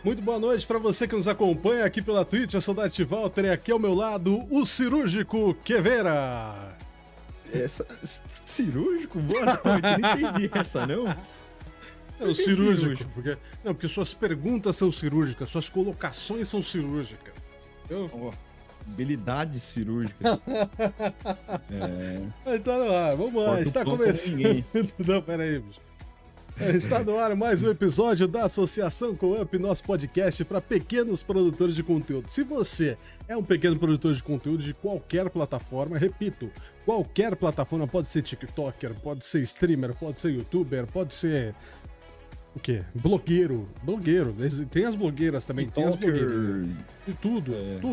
Muito boa noite para você que nos acompanha aqui pela Twitch. Eu sou o Darth Walter e aqui ao meu lado o cirúrgico Queveira. Cirúrgico? Boa noite, não entendi essa, não? É o cirúrgico, porque suas perguntas são cirúrgicas, suas colocações são cirúrgicas. Habilidades cirúrgicas. Então, vamos lá, está começando. Não, peraí, bicho. Está no ar mais um episódio da Associação Co-Up, nosso podcast para pequenos produtores de conteúdo. Se você é um pequeno produtor de conteúdo de qualquer plataforma, repito, qualquer plataforma, pode ser TikToker, pode ser streamer, pode ser YouTuber, pode ser... o quê? Blogueiro. Tem as blogueiras também, tem as blogueiras. E tudo.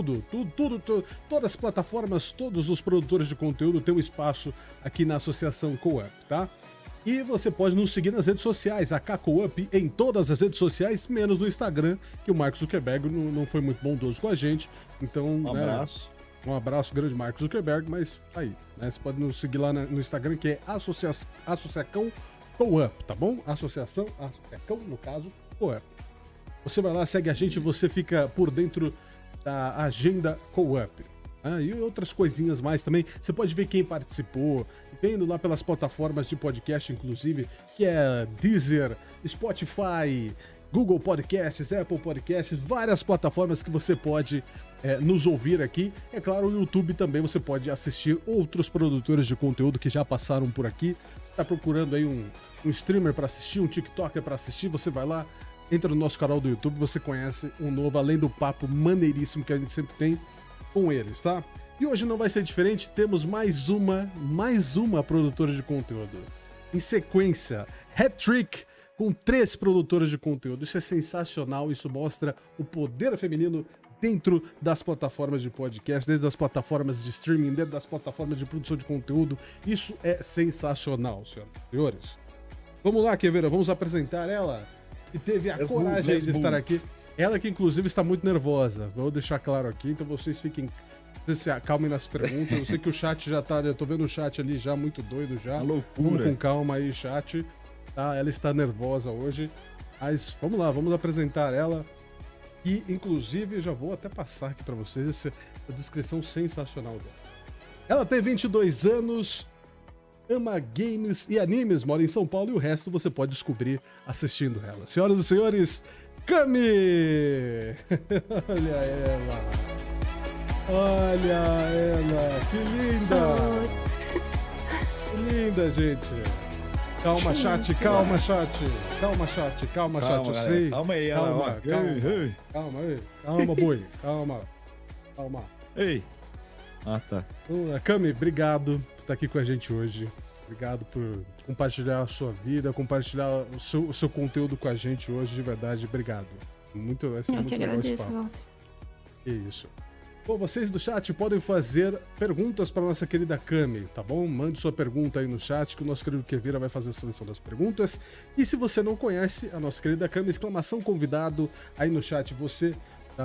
Todas as plataformas, todos os produtores de conteúdo têm um espaço aqui na Associação Co-Up, tá? E você pode nos seguir nas redes sociais, a Co-Up em todas as redes sociais, menos no Instagram, que o Mark Zuckerberg não foi muito bondoso com a gente. Então, um abraço. Um abraço grande, Mark Zuckerberg, mas aí, né? Você pode nos seguir lá no Instagram, que é Associação Co-Up, tá bom? Associação, no caso, Co-Up. Você vai lá, segue a gente e você fica por dentro da agenda Co-Up. E outras coisinhas mais também. Você pode ver quem participou, vendo lá pelas plataformas de podcast, inclusive, que é Deezer, Spotify, Google Podcasts, Apple Podcasts, várias plataformas que você pode nos ouvir aqui. É claro, o YouTube também você pode assistir outros produtores de conteúdo que já passaram por aqui. Está procurando aí um streamer para assistir, um TikToker para assistir, você vai lá, entra no nosso canal do YouTube, você conhece um novo, além do papo maneiríssimo que a gente sempre tem com eles, tá? E hoje não vai ser diferente, temos mais uma produtora de conteúdo. Em sequência, hat-trick com 3 produtoras de conteúdo. Isso é sensacional, isso mostra o poder feminino dentro das plataformas de podcast, dentro das plataformas de streaming, dentro das plataformas de produção de conteúdo. Isso é sensacional, senhoras e senhores. Vamos lá, Queveira, vamos apresentar ela, que teve a coragem de estar aqui. Ela que, inclusive, está muito nervosa. Vou deixar claro aqui, então vocês fiquem... se acalmem nas perguntas. Eu sei que o chat já tá... Eu tô vendo o chat ali já muito doido já. Loucura. Vamos com calma aí, chat. Tá? Ela está nervosa hoje. Mas vamos lá, vamos apresentar ela. E, inclusive, já vou até passar aqui pra vocês essa descrição sensacional dela. Ela tem 22 anos, ama games e animes, mora em São Paulo e o resto você pode descobrir assistindo ela. Senhoras e senhores, Cami! Olha ela! Olha ela! Que linda! Que linda, gente! Calma, chat, calma, chat! Calma, chat, calma, chat, eu sei! Calma aí, calma, boi! Calma! Ei! Ah, tá. Cami, obrigado por estar aqui com a gente hoje. Obrigado por compartilhar a sua vida, compartilhar o seu conteúdo com a gente hoje, de verdade, obrigado. Muito, Eu que agradeço, Walter. Que isso. Bom, vocês do chat podem fazer perguntas para nossa querida Cami, tá bom? Mande sua pergunta aí no chat que o nosso querido Queveira vai fazer a seleção das perguntas. E se você não conhece a nossa querida Cami, exclamação convidado aí no chat, você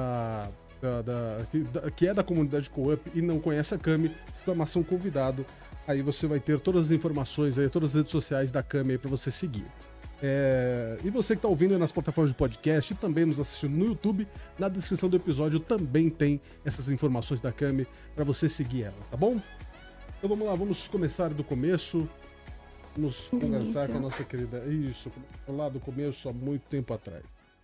que é da comunidade Co-Up e não conhece a Cami, exclamação convidado. Aí você vai ter todas as informações aí, todas as redes sociais da Cami aí pra você seguir. E você que tá ouvindo aí nas plataformas de podcast e também nos assistindo no YouTube, na descrição do episódio também tem essas informações da Cami pra você seguir ela, tá bom? Então vamos lá, vamos começar do começo. Vamos conversar com a nossa querida... Isso, lá do começo, há muito tempo atrás.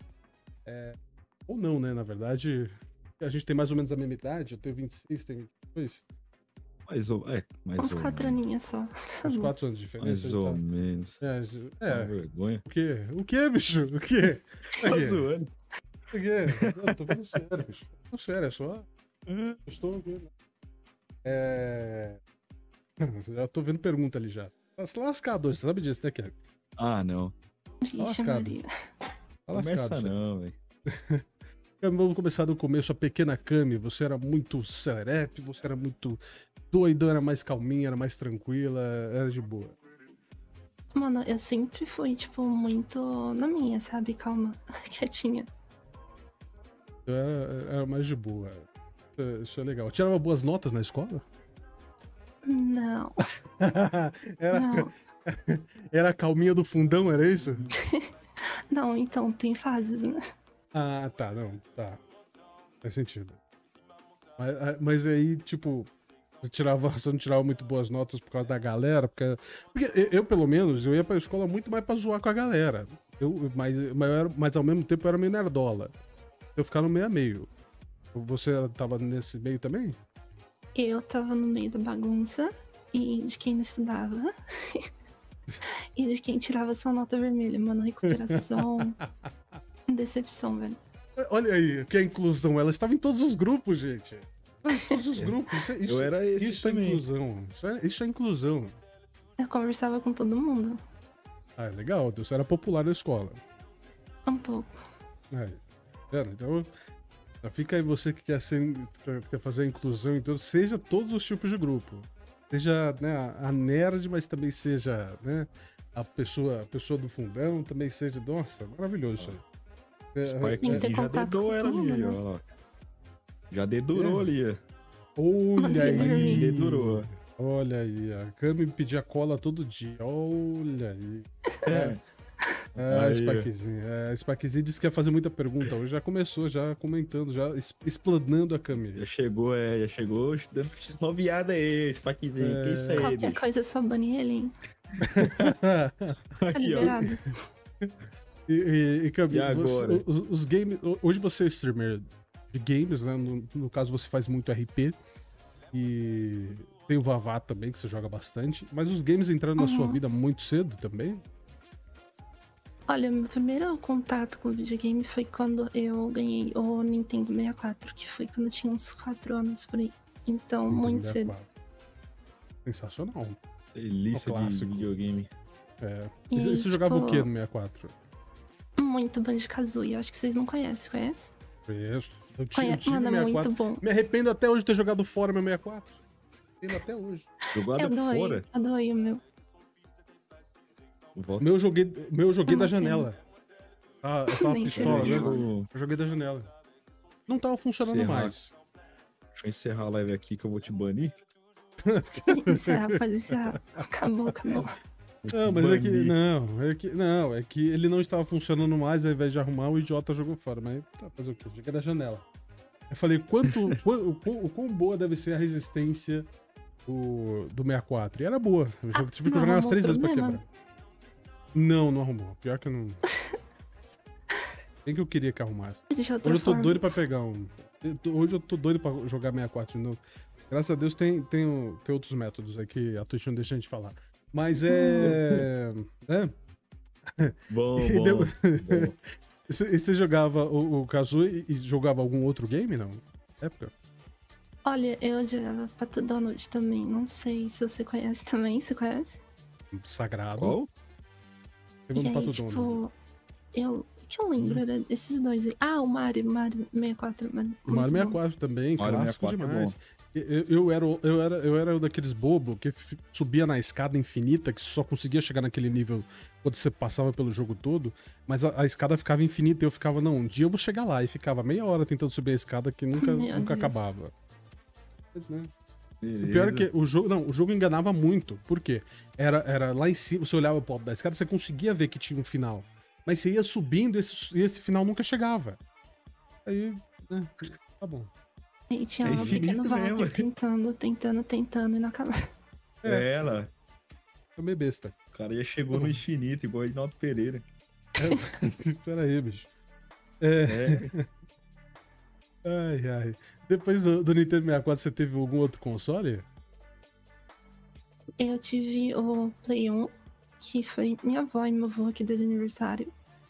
Ou não, né? Na verdade, a gente tem mais ou menos a mesma idade, eu tenho 26, tem 22... Uns 4 aninhos só. Uns 4 anos de diferença. Mais ou menos. Vergonha. O que, bicho? O que? Tá zoando. O quê? Eu tô falando sério, bicho. Tô sério, é só... Eu estou vendo. Já tô vendo pergunta ali já. Tá lascado hoje, você sabe disso, né, Kevin? Ah, não. Vixe, lascado. Maria. Tá lascado. Começa não, velho. Vamos começar do começo. A pequena Cami, você era muito serelepe, você era muito doida, era mais calminha, era mais tranquila, era de boa. Mano, eu sempre fui, tipo, muito na minha, sabe? Calma, quietinha. Era mais de boa. Isso é legal. Tirava boas notas na escola? Não. Não. Era a calminha do fundão, era isso? Não, então, tem fases, né? Ah, tá, não, tá. Faz sentido. Mas aí, tipo, você não tirava muito boas notas por causa da galera, porque eu, pelo menos, eu ia pra escola muito mais pra zoar com a galera. Mas ao mesmo tempo eu era meio nerdola. Eu ficava no meio a meio. Você tava nesse meio também? Eu tava no meio da bagunça e de quem não estudava. E de quem tirava sua nota vermelha, mano. Recuperação. Decepção, velho. Olha aí, que é a inclusão. Ela estava em todos os grupos, gente. Em todos os grupos. Eu era esse isso também. É inclusão. Isso é inclusão. Eu conversava com todo mundo. Ah, é legal. Você era popular na escola. Um pouco. Aí. Então, fica aí você que quer fazer a inclusão, então seja todos os tipos de grupo. Seja, né, a nerd, mas também seja, né, a pessoa do fundão, também seja. Nossa, maravilhoso isso aí. Spike Tem que ter já contato dedou com ela todo ali, mundo, ó. Já dedurou ali, ó. Olha aí. Dedurou. Olha aí, a Cami pedia cola todo dia. Olha aí. Aí, Spikezinho. Spikezinho disse que ia fazer muita pergunta hoje. Já começou, já comentando, já explanando a Cami. já chegou dando noviada aí, Spaquezinho. Que isso aí, Qualquer bicho? coisa só bane ele, hein? Tá Aqui, ó. liberado. E Cami, E agora? os games. Hoje você é streamer de games, né? No caso, você faz muito RP. E tem o Vavá também, que você joga bastante. Mas os games entraram na sua vida muito cedo também? Olha, meu primeiro contato com o videogame foi quando eu ganhei o Nintendo 64, que foi quando eu tinha uns 4 anos por aí. Então, muito cedo. 64. Sensacional. Delícia O de clássico. videogame. E você jogava o que no 64? Muito Banjo-Kazooie. Eu acho que vocês não conhecem. Conhece? Conheço. Eu Conhece? tive Mano, é 64. muito bom. Me arrependo até hoje de ter jogado fora meu 64. Arrependo até hoje. Jogado Eu doei. fora. Eu doei o meu. Meu eu joguei da Não, janela. Ah, eu tava Nem pistola, sei. né? Eu Eu joguei da janela. Não tava funcionando Encerrar. mais. Deixa eu encerrar a live aqui que eu vou te banir. Encerrar, pode encerrar. Acabou. Não, mas é que ele não estava funcionando mais, ao invés de arrumar, o idiota jogou fora. Mas tá, fazer o quê? Joguei da janela. Eu falei, o quão boa deve ser a resistência do 64. E era boa. Eu tive que não jogar umas arrumou 3 vezes pra problema? quebrar. Não arrumou. Pior que não. Bem que eu queria que arrumasse. De outra Hoje eu tô forma. doido pra pegar um. Hoje eu tô doido pra jogar 64 de novo. Graças a Deus tem outros métodos aí que a Twitch não deixa a gente falar. Mas Bom, E bom. deu- bom. E você jogava o Kazooie e jogava algum outro game, não? Época? Olha, eu jogava Pato Donald também. Não sei se você conhece também. Você conhece? Sagrado. Qual? Eu vou E no aí, Pato Donald. tipo... O que eu lembro era desses dois aí. Ah, o Mario 64. Mano, O Mario muito bom. 64 também, Mario clássico 64 é demais. Eu era daqueles bobo que subia na escada infinita, que só conseguia chegar naquele nível quando você passava pelo jogo todo, mas a escada ficava infinita e eu ficava, não, um dia eu vou chegar lá, e ficava meia hora tentando subir a escada que nunca Meu Deus. acabava. Né? O Beleza. pior é que o jogo enganava muito. Por quê? Era lá em cima, você olhava pro alto da escada, você conseguia ver que tinha um final. Mas você ia subindo e esse final nunca chegava. Aí, né, tá bom. E tinha É lá o pequeno infinito Walter mesmo. tentando e não acabava. É ela. Tô meio besta. O cara já chegou no infinito, igual o Ignaldo Pereira. Pera aí, bicho. É. Ai. Depois do Nintendo 64, você teve algum outro console? Eu tive o Play 1, que foi minha avó e meu avô que deu de aniversário.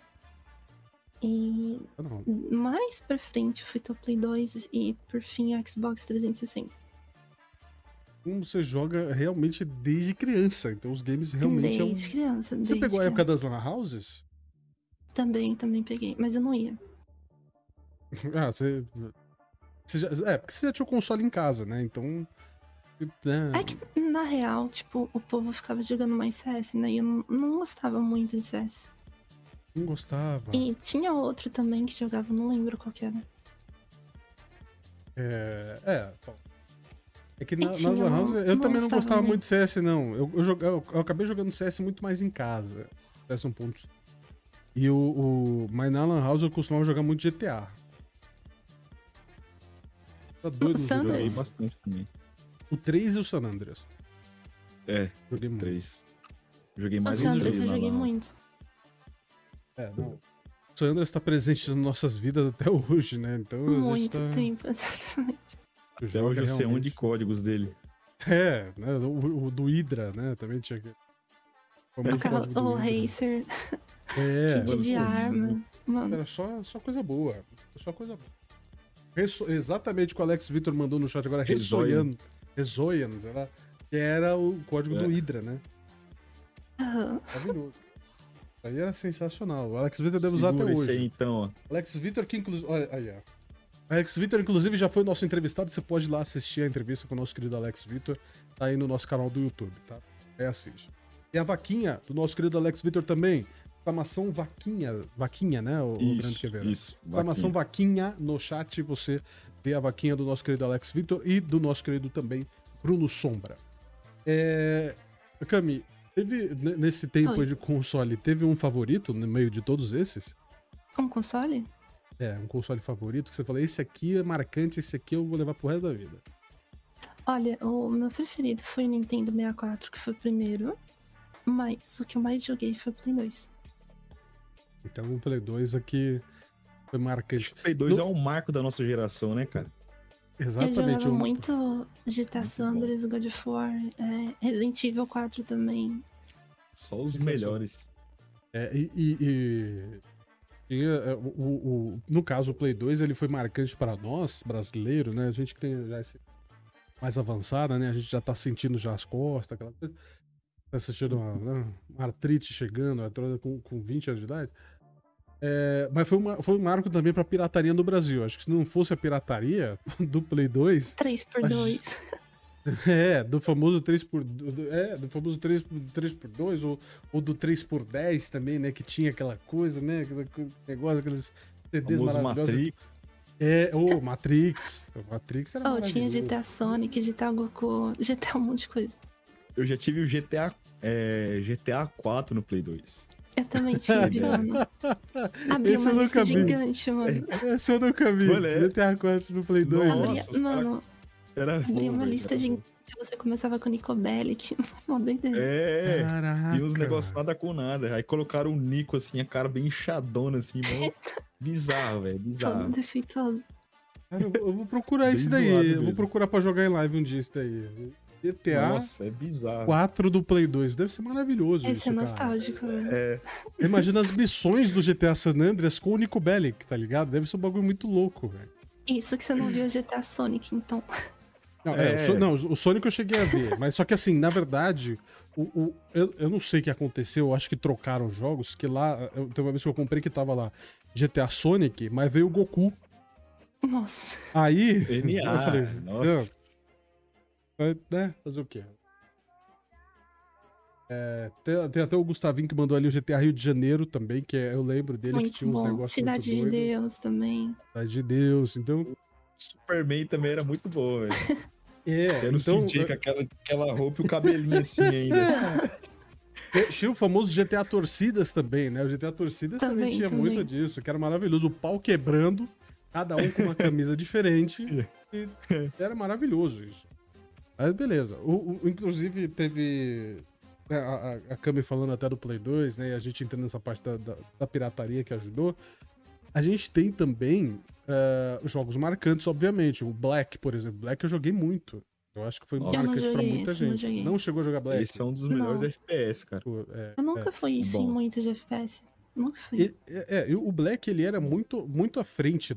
E Ah, não. mais pra frente eu fui ter o Play 2 e por fim o Xbox 360. Você joga realmente desde criança, então os games realmente Desde criança. Você desde pegou a época criança. das Lan Houses? Também peguei, mas eu não ia. Ah, porque você já tinha o console em casa, né? Então. É que, na real, tipo, o povo ficava jogando mais CS, né? E eu não gostava muito de CS. Não gostava. E tinha outro também que jogava, não lembro qual que era. É que Enfim, nas eu Lan não- Houses eu não também não gostava gostava muito. muito de CS, não. Eu acabei jogando CS muito mais em casa. CS 1.6. Mas na Lan House eu costumava jogar muito GTA. Tá doido O no San jogo. Joguei Andreas. bastante também. O 3 e o San Andreas. É, Joguei muito. 3. Joguei O mais San uns Andreas dois eu na joguei Lan. muito. Não. O San Andreas tá presente nas nossas vidas até hoje, né? Então a gente Muito tá... tempo, exatamente. Até hoje eu sei um de realmente. códigos dele. Né? O do Hydra, né? Também tinha que... famoso código do O Hydra. Racer, É, kit de pô, arma. Mano, era só coisa boa. Só coisa boa. Exatamente o que o Alex Vitor mandou no chat agora, Rezoian. Rezoian, sei lá, que era o código do Hydra, né? aham. Maravilhoso. Isso aí era sensacional. O Alex Vitor deve usar até Segura esse aí, hoje. então, ó. Alex Vitor, que inclusive. Olha aí, ó. Alex Vitor, inclusive, já foi nosso entrevistado. Você pode ir lá assistir a entrevista com o nosso querido Alex Vitor. Tá aí no nosso canal do YouTube, tá? Assiste. Tem a vaquinha do nosso querido Alex Vitor também. Exclamação vaquinha. Vaquinha, né? O Grande Quevedo. Isso. Exclamação vaquinha no chat. Você vê a vaquinha do nosso querido Alex Vitor e do nosso querido também Bruno Sombra. Cami, teve nesse tempo Oi. aí de console, teve um favorito no meio de todos esses? Um console? Um console favorito que você falou, esse aqui é marcante, esse aqui eu vou levar pro resto da vida. Olha, o meu preferido foi o Nintendo 64, que foi o primeiro. Mas o que eu mais joguei foi o Play 2. Então o Play 2 aqui foi marcante. O Play 2 No- é um marco da nossa geração, né, cara? Eu Exatamente. jogava muito GTA Muito San bom. Andreas, God of War, Resident Evil 4 também. Só os Sensacional. melhores. No caso, o Play 2 ele foi marcante para nós, brasileiros, né? A gente que tem já esse mais avançada, né? A gente já tá sentindo já as costas, aquela coisa. Tá assistindo uma artrite chegando, com 20 anos de idade. Mas foi um marco também pra pirataria no Brasil. Acho que se não fosse a pirataria do Play 2, 3x2. do famoso 3x2 ou do 3x10 também, né? Que tinha aquela coisa, né? Aquele negócio, aqueles CDs Famoso maravilhosos. Matrix. O Matrix era Oh, tinha maravilhoso. GTA Sonic, GTA Goku, GTA um monte de coisa. Eu já tive o GTA 4 no Play 2. Eu também tive, mano. Abri Esse uma eu lista nunca vi. gigante, mano. Esse eu nunca vi. Olha, GTA 4 no Play 2. Nossa, Abri, os mano, Era abri bom, uma velho, lista era de. bom. Você começava com Nico Bellic, uma doideira. Caraca. E uns negócios nada com nada. Aí colocaram o Nico, assim, a cara bem inchadona, assim, mó bizarro, velho, Todo bizarro. defeituoso. Cara, eu vou procurar Bem isso daí. zoado Eu vou mesmo. procurar pra jogar em live um dia isso daí. GTA Nossa, é bizarro. 4 do Play 2. Deve ser maravilhoso Esse isso, é cara. nostálgico, velho. É, Imagina as missões do GTA San Andreas com o Nico Bellic, tá ligado? Deve ser um bagulho muito louco, velho. Isso que você não viu GTA Sonic, então. Não, o Sonic eu cheguei a ver, mas só que assim, na verdade, eu não sei o que aconteceu, eu acho que trocaram os jogos, que lá, tem uma vez que eu comprei que tava lá GTA Sonic, mas veio o Goku. Nossa. Aí, NA, eu falei, nossa. né, fazer o quê? Tem até o Gustavinho que mandou ali o GTA Rio de Janeiro também, que eu lembro dele que Muito tinha uns bom. negócios Cidade muito de doidos. Deus também. Cidade de Deus, então... Superman também era muito bom, velho. Era o então... CJ com aquela roupa e o cabelinho assim ainda. Tinha o famoso GTA Torcidas também, né? O GTA Torcidas também tinha Também. muito disso, que era maravilhoso. O pau quebrando, cada um com uma camisa diferente. E era maravilhoso isso. Mas beleza. Inclusive, teve a Cami falando até do Play 2, né? E a gente entrando nessa parte da pirataria que ajudou. A gente tem também jogos marcantes, obviamente. O Black, por exemplo. Black eu joguei muito. Eu acho que foi Nossa. marcante Eu não pra joguei muita esse, não gente. joguei. Não chegou a jogar Black? Esse é um dos melhores Não. FPS, cara. Eu nunca fui, sim, bom. muito de FPS. Nunca fui. E o Black, ele era muito, muito à frente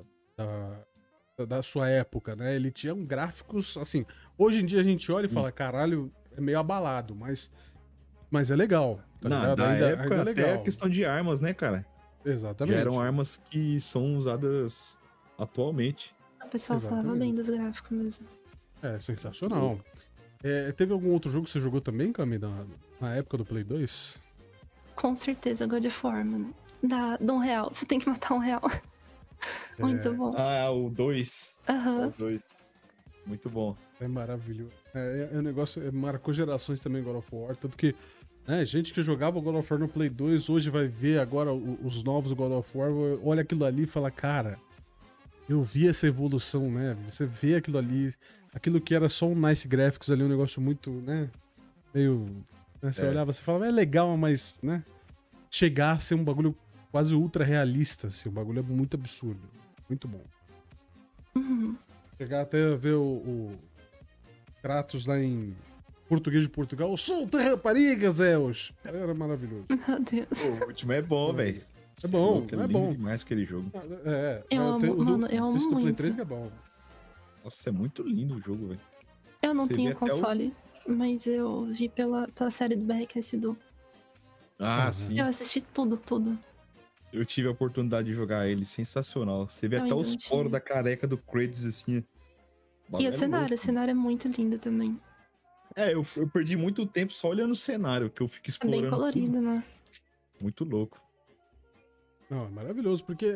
da sua época, né? Ele tinha gráficos, assim... Hoje em dia a gente olha e fala, caralho, é meio abalado, mas é legal, tá ligado? Da Ainda época, é até legal. a questão de armas, né, cara? Exatamente. Já eram armas que são usadas atualmente. O pessoal falava Exatamente. bem dos gráficos mesmo. É sensacional. Teve algum outro jogo que você jogou também, Cami, na época do Play 2? Com certeza, God of War, mano. Dá R$1. Você tem que matar R$1. Muito bom. Ah, o 2. Aham. O 2. Muito bom. É maravilhoso. O negócio marcou gerações também, God of War, tanto que né? Gente que jogava o God of War no Play 2, hoje vai ver agora os novos God of War, olha aquilo ali e fala, cara, eu vi essa evolução, né? Você vê aquilo ali, aquilo que era só um nice graphics ali, um negócio muito, né? Meio... Né? Você olhava, você falava, é legal, mas, né? Chegar a ser um bagulho quase ultra realista, assim, um bagulho é muito absurdo. Muito bom. Uhum. Chegar até a ver o Kratos lá em português de Portugal. Solta raparigas, Zeus! Era maravilhoso. Meu Deus. Pô, o último é bom, velho. É bom, É é lindo bom. demais aquele jogo. Eu amo, mano, eu amo esse do Play muito. 3 que é bom. Nossa, é muito lindo o jogo, velho. Eu não Você tenho vê até o- console, mas eu vi pela série do BRKS do. Ah, Uhum. sim. Eu assisti tudo. Eu tive a oportunidade de jogar ele, sensacional. Você vê Eu até ainda os não poros tive. da careca do Kratos, assim. E bagulho o é cenário, louco. o cenário é muito lindo também. Eu perdi muito tempo só olhando o cenário, que eu fico É bem explorando colorido, tudo. né? Muito louco. Não, é maravilhoso, porque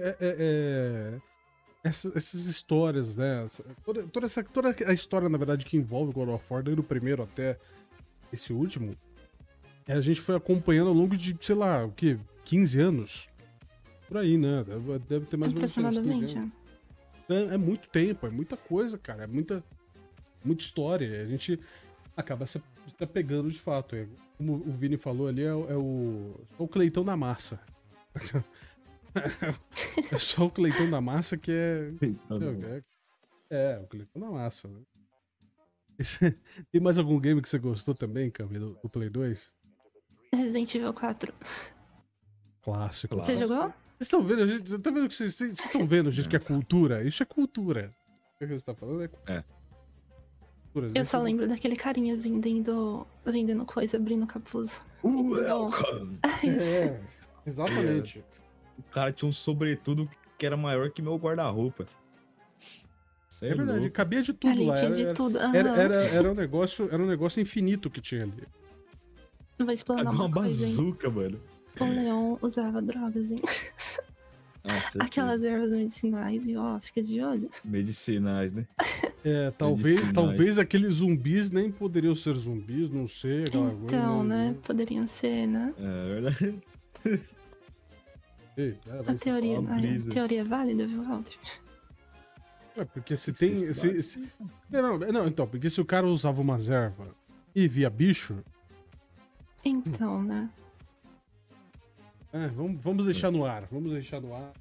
essas histórias, né? Toda a história, na verdade, que envolve God of War, desde o primeiro até esse último, a gente foi acompanhando ao longo de, sei lá, o quê? 15 anos? Por aí, né? Deve ter mais ou menos uns 15 Aproximadamente. anos. É muito tempo, é muita coisa, cara. É muita história. A gente acaba se pegando de fato. Como o Vini falou ali, é o Cleitão da massa. É só o Cleitão da massa que é. O Cleitão da massa, né? Tem mais algum game que você gostou também, Cami, do Play 2? Resident Evil 4. Clássico. Você jogou? Vocês estão vendo, gente? Tá vendo que vocês estão vendo, gente, que é cultura? Isso é cultura. O que você tá falando é cultura. Eu só lembro daquele carinha vendendo coisa, abrindo capuz. Welcome! Isso. É, exatamente. O cara tinha um sobretudo que era maior que meu guarda-roupa. Cê É verdade, louco. cabia de tudo Ali lá. tinha de tudo. Aham. Era um negócio infinito que tinha ali. Vou explanar Havia uma uma coisa, hein? bazuca, mano. O Leon usava drogas, hein? Ah, certeza. Aquelas ervas medicinais e ó, fica de olho. Medicinais, né? Talvez, Medicinais. aqueles zumbis nem poderiam ser zumbis, não sei. Aquela coisa, Então, né? Poderiam ser, né? É verdade. A teoria, uma a brisa. teoria é válida, viu, Walter? Porque se Tem que tem. ser esse Não, então, porque se o cara usava umas ervas e via bicho, Então, né? vamos deixar no ar. Vamos deixar no ar.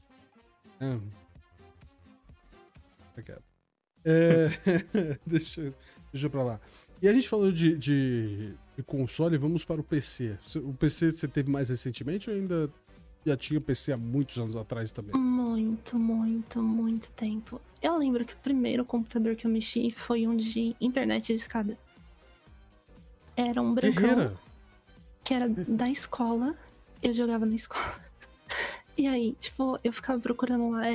Deixa pra lá. E a gente falou de console, vamos para o PC. O PC você teve mais recentemente ou ainda já tinha PC há muitos anos atrás também? Muito tempo. Eu lembro que o primeiro computador que eu mexi foi um de internet de escada. Era um brancão Guerreira. que era da escola. Eu jogava na escola. E aí, tipo, eu ficava procurando lá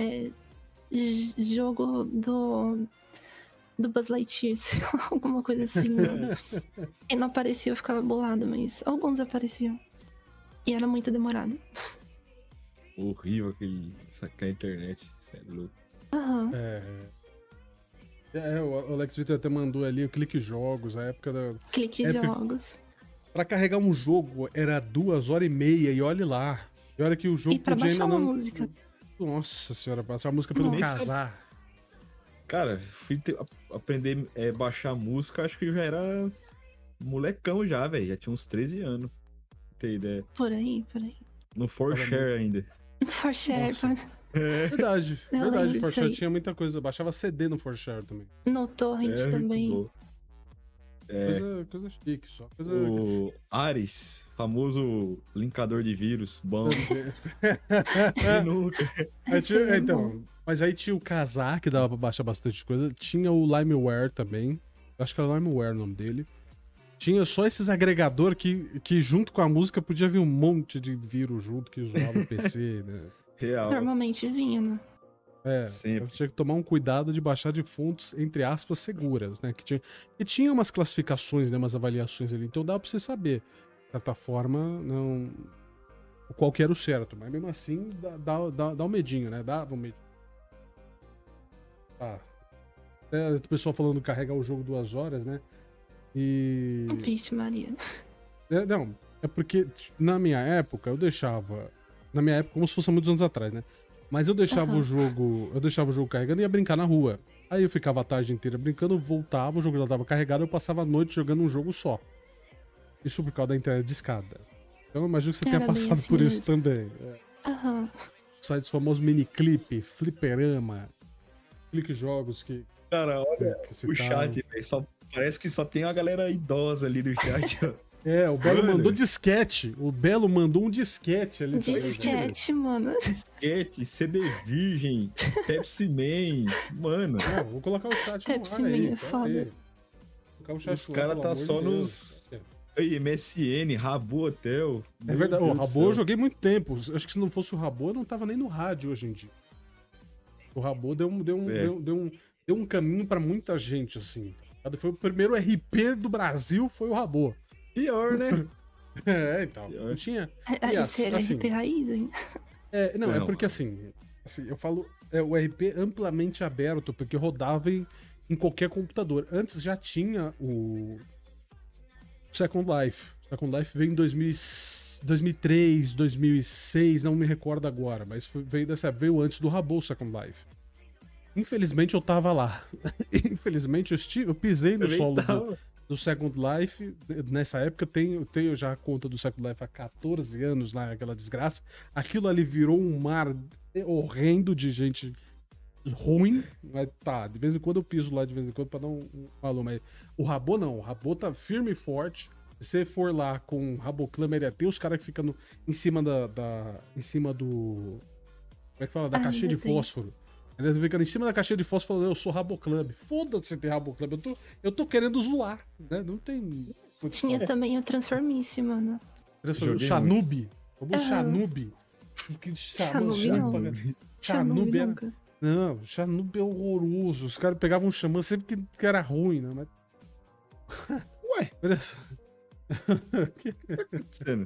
jogo do Buzz Lightyear, sei lá, alguma coisa assim. E não aparecia, eu ficava bolada, mas alguns apareciam. E era muito demorado. Horrível aquele sacar a internet. Cê é louco. Aham. O Alex Vitor até mandou ali o Clique Jogos, a época da. Clique jogos. Pra carregar um jogo era 2h30 e olhe lá. E olha que o jogo E pra podia baixar ainda uma não. música. Nossa senhora, passar a música pelo Nossa. casar. Cara, aprender a baixar música, acho que eu já era molecão já, velho. Já tinha uns 13 anos. Pra ter ideia. Por aí. No For Share ainda. For share, Nossa. Verdade, Eu lembro verdade. disso Forshare aí. tinha muita coisa. Eu baixava CD no Forshare também. no Torrent Muito também. bom. Coisa chique, só. Coisa. O Ares, famoso linkador de vírus, bom. Quem nunca? Aí Esse tinha- é então, bom. mas aí tinha o Kazaa, que dava pra baixar bastante coisa. Tinha o LimeWare também. Acho que era LimeWare o nome dele. Tinha só esses agregador que junto com a música podia vir um monte de vírus junto que zoava o PC, né? Real. Normalmente vinha, né? Sempre. Você tinha que tomar um cuidado de baixar de fontes, entre aspas, seguras, né? Que tinha umas classificações, né? Umas avaliações ali. Então dava pra você saber. De certa forma, não. Qual que era o certo. Mas mesmo assim, dá um medinho, né? Dava um medinho. O pessoal falando carregar o jogo 2 horas, né? E. Vixe, Maria. Não, É porque na minha época eu deixava. Na minha época, como se fosse há muitos anos atrás, né? Mas eu deixava o jogo. Eu deixava o jogo carregando e ia brincar na rua. Aí eu ficava a tarde inteira brincando, voltava, o jogo já tava carregado, eu passava a noite jogando um jogo só. Isso por causa da internet de escada. Então eu imagino que você tenha Era bem passado assim por isso mesmo. também. Aham. Sites famosos miniclip, fliperama, clique jogos que Cara, olha o citaram. chat, velho. Parece que só tem uma galera idosa ali no chat, ó. O Belo Mano. mandou disquete. O Belo mandou um disquete ali. também, velho. Disquete, mano. Disquete, CD Virgem, Pepsi Man. Mano, Vou colocar o chat Pepsi no ar Man aí. é foda. Vou colocar o chat os no ar, caras pelo tá amor só de nos Deus. aí, MSN, Rabu Hotel. É Meu verdade. O Deus do Rabo eu céu. joguei muito tempo. Acho que se não fosse o Rabo, eu não tava nem no rádio hoje em dia. O Rabo deu um caminho pra muita gente, assim. Foi o primeiro RP do Brasil, foi o Rabo. Pior, né? Então. Pior. Não tinha. Esse era assim, RP Raiz, hein? é Não. porque assim, eu falo, o RP amplamente aberto, porque rodava em qualquer computador. Antes já tinha o Second Life. Second Life veio em 2003, 2006, não me recordo agora, mas veio antes do Rabo o Second Life. Infelizmente eu tava lá. Infelizmente eu pisei no Também solo tava. do Second Life. Nessa época eu tenho já a conta do Second Life há 14 anos lá, aquela desgraça. Aquilo ali virou um mar horrendo de gente ruim, mas tá, de vez em quando eu piso lá de vez em quando pra dar um valor, mas o Rabo não, o Rabo tá firme e forte. Se você for lá com o Raboclama, ele tem os caras que ficam em cima em cima do, como é que fala? Da caixinha de ainda tem. fósforo. Eles ficam em cima da caixinha de fósforo falando, eu sou Raboclub. Foda-se se tem Raboclub, eu tô querendo zoar, né? Não tem muito o que Tinha falar. também a Transformice, mano. O Joguei Xanube. O Aham. Xanube. Xanube não. Xanube Xanube era... nunca. Não, o Xanube é horroroso. Os caras pegavam um xamã sempre que era ruim, né? Mas... Ué, Olha só. acontecendo?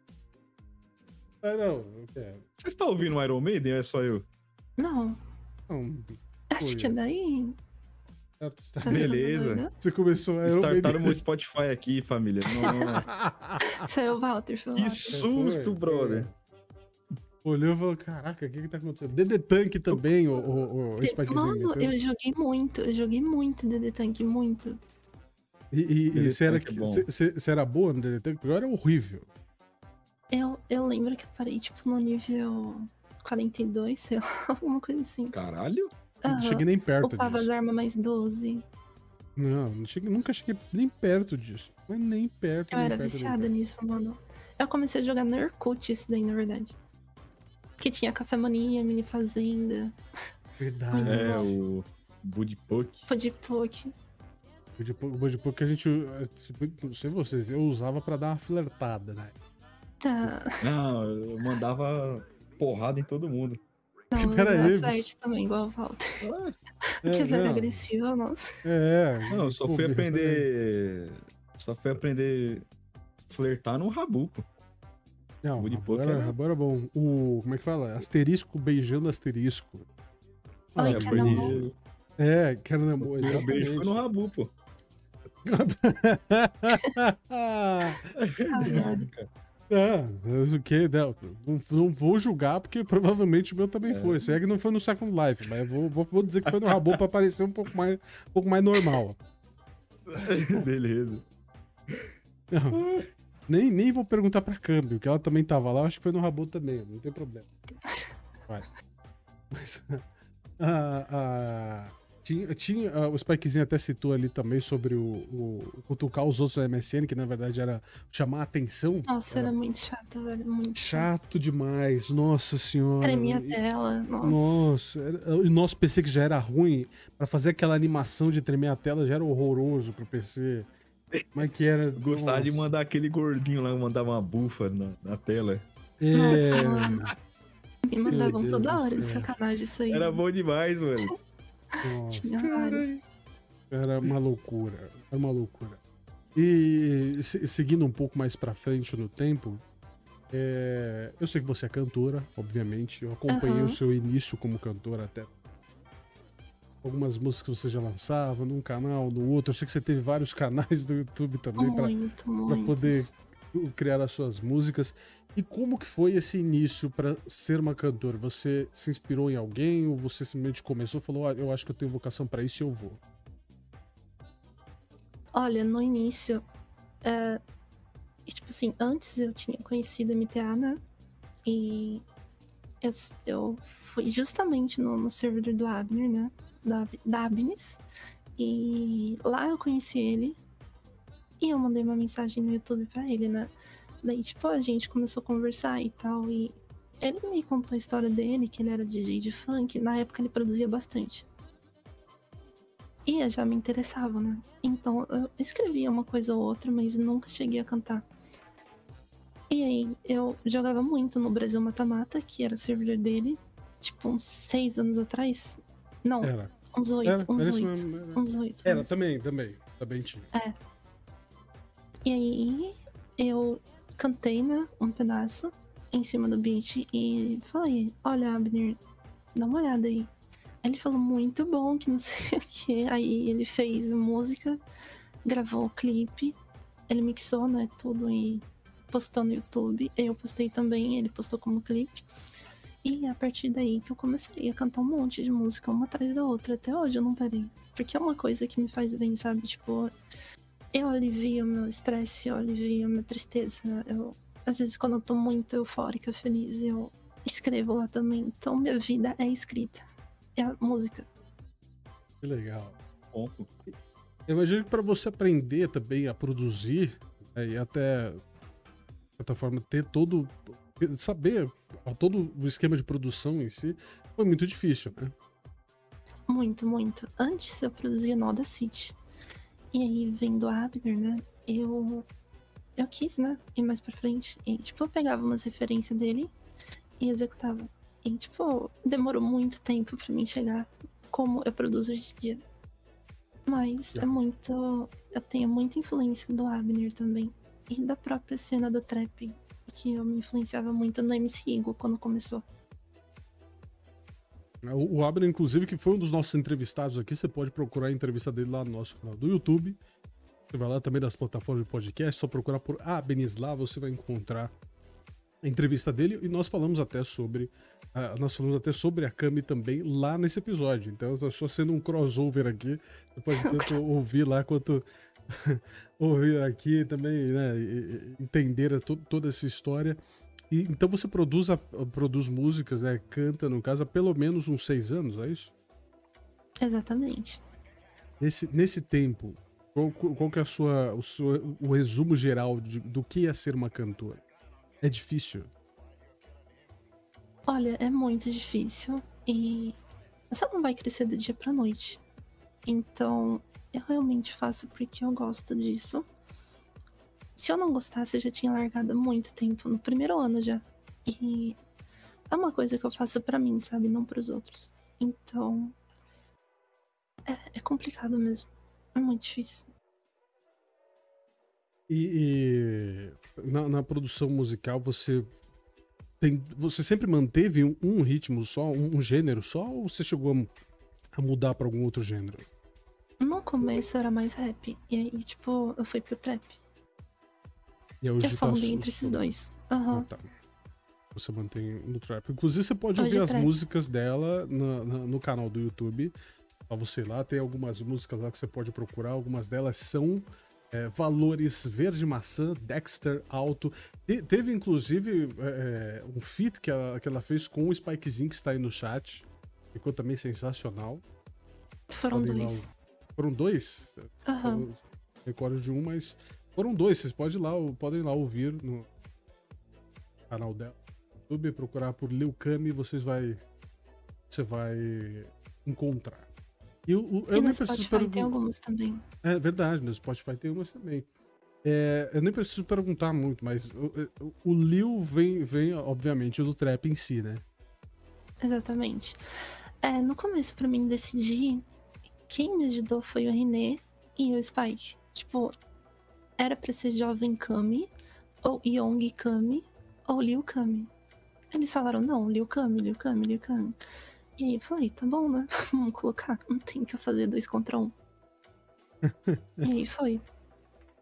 Não. Você está ouvindo o Iron Maiden ou é só eu? Não, Não. acho que é daí. Tá Beleza. vendo? Você começou a... Startaram meu Spotify aqui, família. Nossa, Foi o Walter, foi o que Walter. susto, Foi. brother. Olhou e falou, caraca, o que tá acontecendo? DD Tank também, o Spikezinho. Mano, eu joguei muito DD Tank, muito. E DD você era, Tank é bom. você era boa no DD Tank? Porque eu era horrível. Eu lembro que eu parei, tipo, no nível 42, sei lá, alguma coisa assim. Caralho? Não Aham. cheguei nem perto Upava as disso. armas mais 12. Nunca cheguei nem perto disso. Mas nem perto, Eu nem era perto, nem viciada perto. nisso, mano. Eu comecei a jogar no Orkut isso daí, na verdade. Que tinha Café Mania, Mini Fazenda, Verdade. Muito É, bom. o Budipok. Podipoke. O Budipok que a gente... Não sei vocês, eu usava pra dar uma flertada, né? Tá. Não, eu mandava porrada em todo mundo. Não, Pera eu aí, era flerte também, igual o Walter. É, Que era não. agressiva, nossa. Não, eu só pô, fui aprender. Só fui aprender flertar no Rabu, pô. Não, Budipok Rabo era bom. Como é que fala? Asterisco beijando asterisco. Ai, é, cada beijo. É, quero namoro. Meu beijo foi no Rabu, pô. Caralho. O que? Não vou julgar, porque provavelmente o meu também foi. Se é que não foi no Second Life, mas vou dizer que foi no Rabo pra parecer um pouco mais normal. Beleza. Não, nem vou perguntar pra câmbio, que ela também tava lá, acho que foi no Rabo também, não tem problema. Vai. Mas, tinha o Spikezinho até citou ali também sobre o cutucar os outros da MSN, que na verdade era chamar a atenção. Nossa, era muito chato, velho. Muito chato. Chato demais, nossa senhora. Tremia a tela, nossa. Nossa, o nosso PC que já era ruim, pra fazer aquela animação de tremer a tela já era horroroso pro PC. Mas que era. Gostava de nossa. mandar aquele gordinho lá, mandar uma bufa na tela. Nossa, mano. Me Meu mandavam Deus toda do hora de céu. sacanagem isso aí. Era bom demais, mano. Nossa, Tinha vários. era uma loucura. Era uma loucura. E seguindo um pouco mais pra frente no tempo, eu sei que você é cantora, obviamente. Eu acompanhei Aham. o seu início como cantora até. Algumas músicas que você já lançava num canal, no outro. Eu sei que você teve vários canais do YouTube também pra Muito, pra muito. poder criar as suas músicas. E como que foi esse início para ser uma cantora? Você se inspirou em alguém ou você simplesmente começou e falou, "Ah, eu acho que eu tenho vocação para isso e eu vou"? Olha, no início, tipo assim, antes eu tinha conhecido a MTA, né? E eu fui justamente no servidor do Abner, né? Da Abnes. E lá eu conheci ele. E eu mandei uma mensagem no YouTube pra ele, né? Daí, tipo, a gente começou a conversar e tal. E ele me contou a história dele, que ele era DJ de funk. Na época ele produzia bastante. E eu já me interessava, né? Então eu escrevia uma coisa ou outra, mas nunca cheguei a cantar. E aí eu jogava muito no Brasil Mata-Mata, que era o servidor dele, tipo uns 6 anos atrás. Não, Era. uns 8, uns Era isso 8. mesmo. Uns 8 Era, anos. também tinha. E aí eu cantei, né, um pedaço em cima do beat e falei, olha, Abner, dá uma olhada aí. Aí ele falou, muito bom, que não sei o que. Aí ele fez música, gravou o clipe, ele mixou, né, tudo e postou no YouTube. Eu postei também, ele postou como clipe. E a partir daí que eu comecei a cantar um monte de música, uma atrás da outra. Até hoje eu não parei. Porque é uma coisa que me faz bem, sabe? Tipo, eu alivio meu estresse, eu alivio minha tristeza. Às vezes, quando eu tô muito eufórica, feliz, eu escrevo lá também. Então, minha vida é escrita. É a música. Que legal. Ponto. Eu imagino que para você aprender também a produzir, né, e até, de certa forma, saber todo o esquema de produção em si, foi muito difícil, né? Muito, muito. Antes eu produzia no Audacity. E aí, vendo a Abner, né, eu quis, né, ir mais pra frente. E, tipo, eu pegava umas referências dele e executava. E, tipo, demorou muito tempo pra mim chegar como eu produzo hoje em dia. Mas é muito... Eu tenho muita influência do Abner também. E da própria cena do trap, que eu me influenciava muito no MC Igor quando começou. O Abner, inclusive, que foi um dos nossos entrevistados aqui, você pode procurar a entrevista dele lá no nosso canal do YouTube. Você vai lá também das plataformas de podcast, só procurar por Abenis lá, você vai encontrar a entrevista dele. E nós falamos até sobre a Cami também lá nesse episódio. Então, só sendo um crossover aqui, você pode tanto ouvir lá quanto ouvir aqui também, né? Entender toda essa história. E, então você produz músicas, né? Canta, no caso, há pelo menos uns 6 anos, é isso? Exatamente. Nesse tempo, qual que é o resumo geral do que é ser uma cantora? É difícil? Olha, é muito difícil e você não vai crescer do dia pra noite. Então, eu realmente faço porque eu gosto disso. Se eu não gostasse, eu já tinha largado há muito tempo, no primeiro ano já. E é uma coisa que eu faço pra mim, sabe? Não pros outros. Então, é complicado mesmo. É muito difícil. E na produção musical você sempre manteve um ritmo só, um gênero só, ou você chegou a mudar pra algum outro gênero? No começo era mais rap. E aí, tipo, eu fui pro trap. E hoje Eu só mudei entre esses dois. Aham. Tá. Você mantém no trap. Inclusive, você pode Hoje ouvir as trap. músicas dela no canal do YouTube. Pra você lá, tem algumas músicas lá que você pode procurar. Algumas delas são Valores Verde Maçã, Dexter Alto. Teve, inclusive, um feat que ela fez com o Spikezinho, que está aí no chat. Ficou também sensacional. Foram Podem lá dois. Foram dois? Aham. Eu recordo de um, mas foram dois. Vocês podem ir lá ouvir no canal dela no YouTube, procurar por Lil Cami, você vai encontrar. Eu E nem no preciso Spotify perguntar. tem algumas também. É verdade, no Spotify tem umas também. Eu nem preciso perguntar muito, mas o Lil vem, obviamente, do trap em si, né? Exatamente. No começo, pra mim decidir, quem me ajudou foi o René e o Spike. Tipo, era pra ser Jovem Kami, ou Young Kami, ou Lil Kami. Eles falaram, não, Lil Kami, Lil Kami, Lil Kami. E aí eu falei, tá bom, né? Vamos colocar, não tem que fazer 2 contra 1. E aí foi.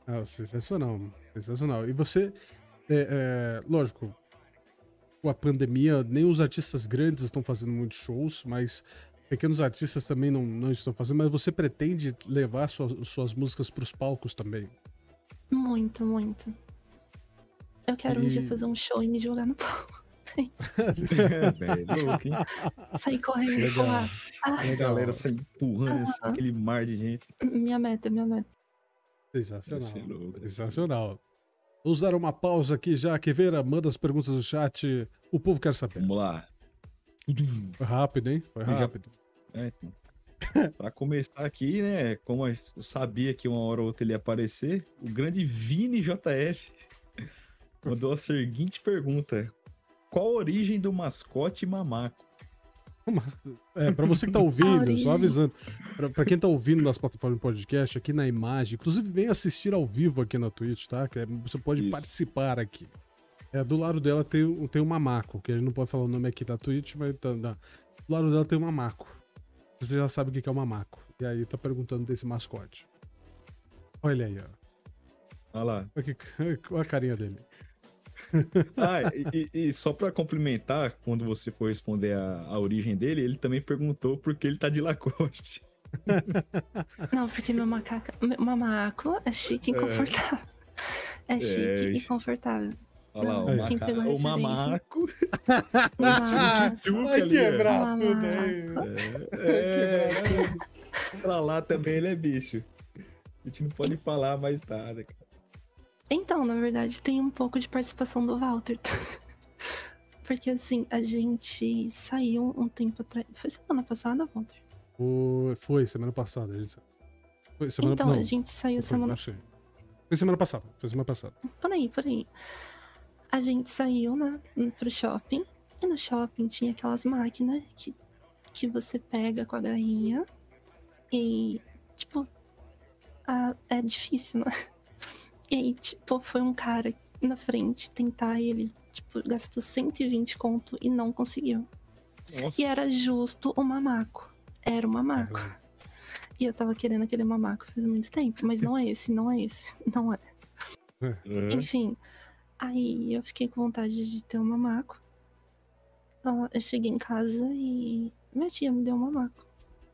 Ah, sensacional, sensacional. E você, lógico, com a pandemia, nem os artistas grandes estão fazendo muitos shows, mas pequenos artistas também não estão fazendo, mas você pretende levar suas músicas para os palcos também? Muito, muito. Eu quero um dia E fazer um show e me jogar no palco. É, velho, louco, hein? Sair correndo, legal, pular. Ah, A legal, galera sai empurrando assim, aham. aquele mar de gente. Minha meta, minha meta. Deve ser sensacional, louco. Deve ser louco. sensacional. Vamos dar uma pausa aqui já, Queveira, manda as perguntas do chat, o povo quer saber. Vamos lá. Foi rápido, hein? Foi Eu já- rápido. É, então. Pra começar aqui, né? Como eu sabia que uma hora ou outra ele ia aparecer, o grande Vini JF mandou a seguinte pergunta: qual a origem do mascote mamaco? Pra você que tá ouvindo, origem. só avisando, pra quem tá ouvindo nas plataformas de podcast, aqui na imagem, inclusive vem assistir ao vivo aqui na Twitch, tá? Você pode Isso. participar aqui. Do lado dela tem um mamaco, que a gente não pode falar o nome aqui da Twitch, mas do lado dela tem um mamaco. Você já sabe o que é um mamaco. E aí tá perguntando desse mascote. Olha aí, ó. Olha lá. Olha a carinha dele. Ah, e só pra complementar, quando você for responder a origem dele, ele também perguntou por que ele tá de Lacoste. Não, porque meu macaco é chique e confortável. É chique e confortável. Olha lá, Não, quem pegou a o referência? mamaco. Mamaco. Tchuca Vai ali, quebrar ó. tudo aí. Pra lá também ele é bicho. A gente não pode falar mais nada, cara. Então, na verdade, tem um pouco de participação do Walter. Porque assim, a gente saiu um tempo atrás. Foi semana passada, Walter? Foi semana passada, a gente sabe. Foi semana Então, não, a gente saiu não foi, semana. não sei. Foi semana passada, foi semana passada. Por aí, por aí. A gente saiu, né, pro shopping. E no shopping tinha aquelas máquinas que você pega com a garrinha. E, tipo, é difícil, né? E aí, tipo, foi um cara na frente tentar e ele, tipo, gastou 120 conto e não conseguiu. Nossa. E era justo o mamaco. Era o mamaco. E eu tava querendo aquele mamaco faz muito tempo, mas não é esse, não é esse, não é. Enfim, aí eu fiquei com vontade de ter um mamaco. Eu cheguei em casa e minha tia me deu um mamaco.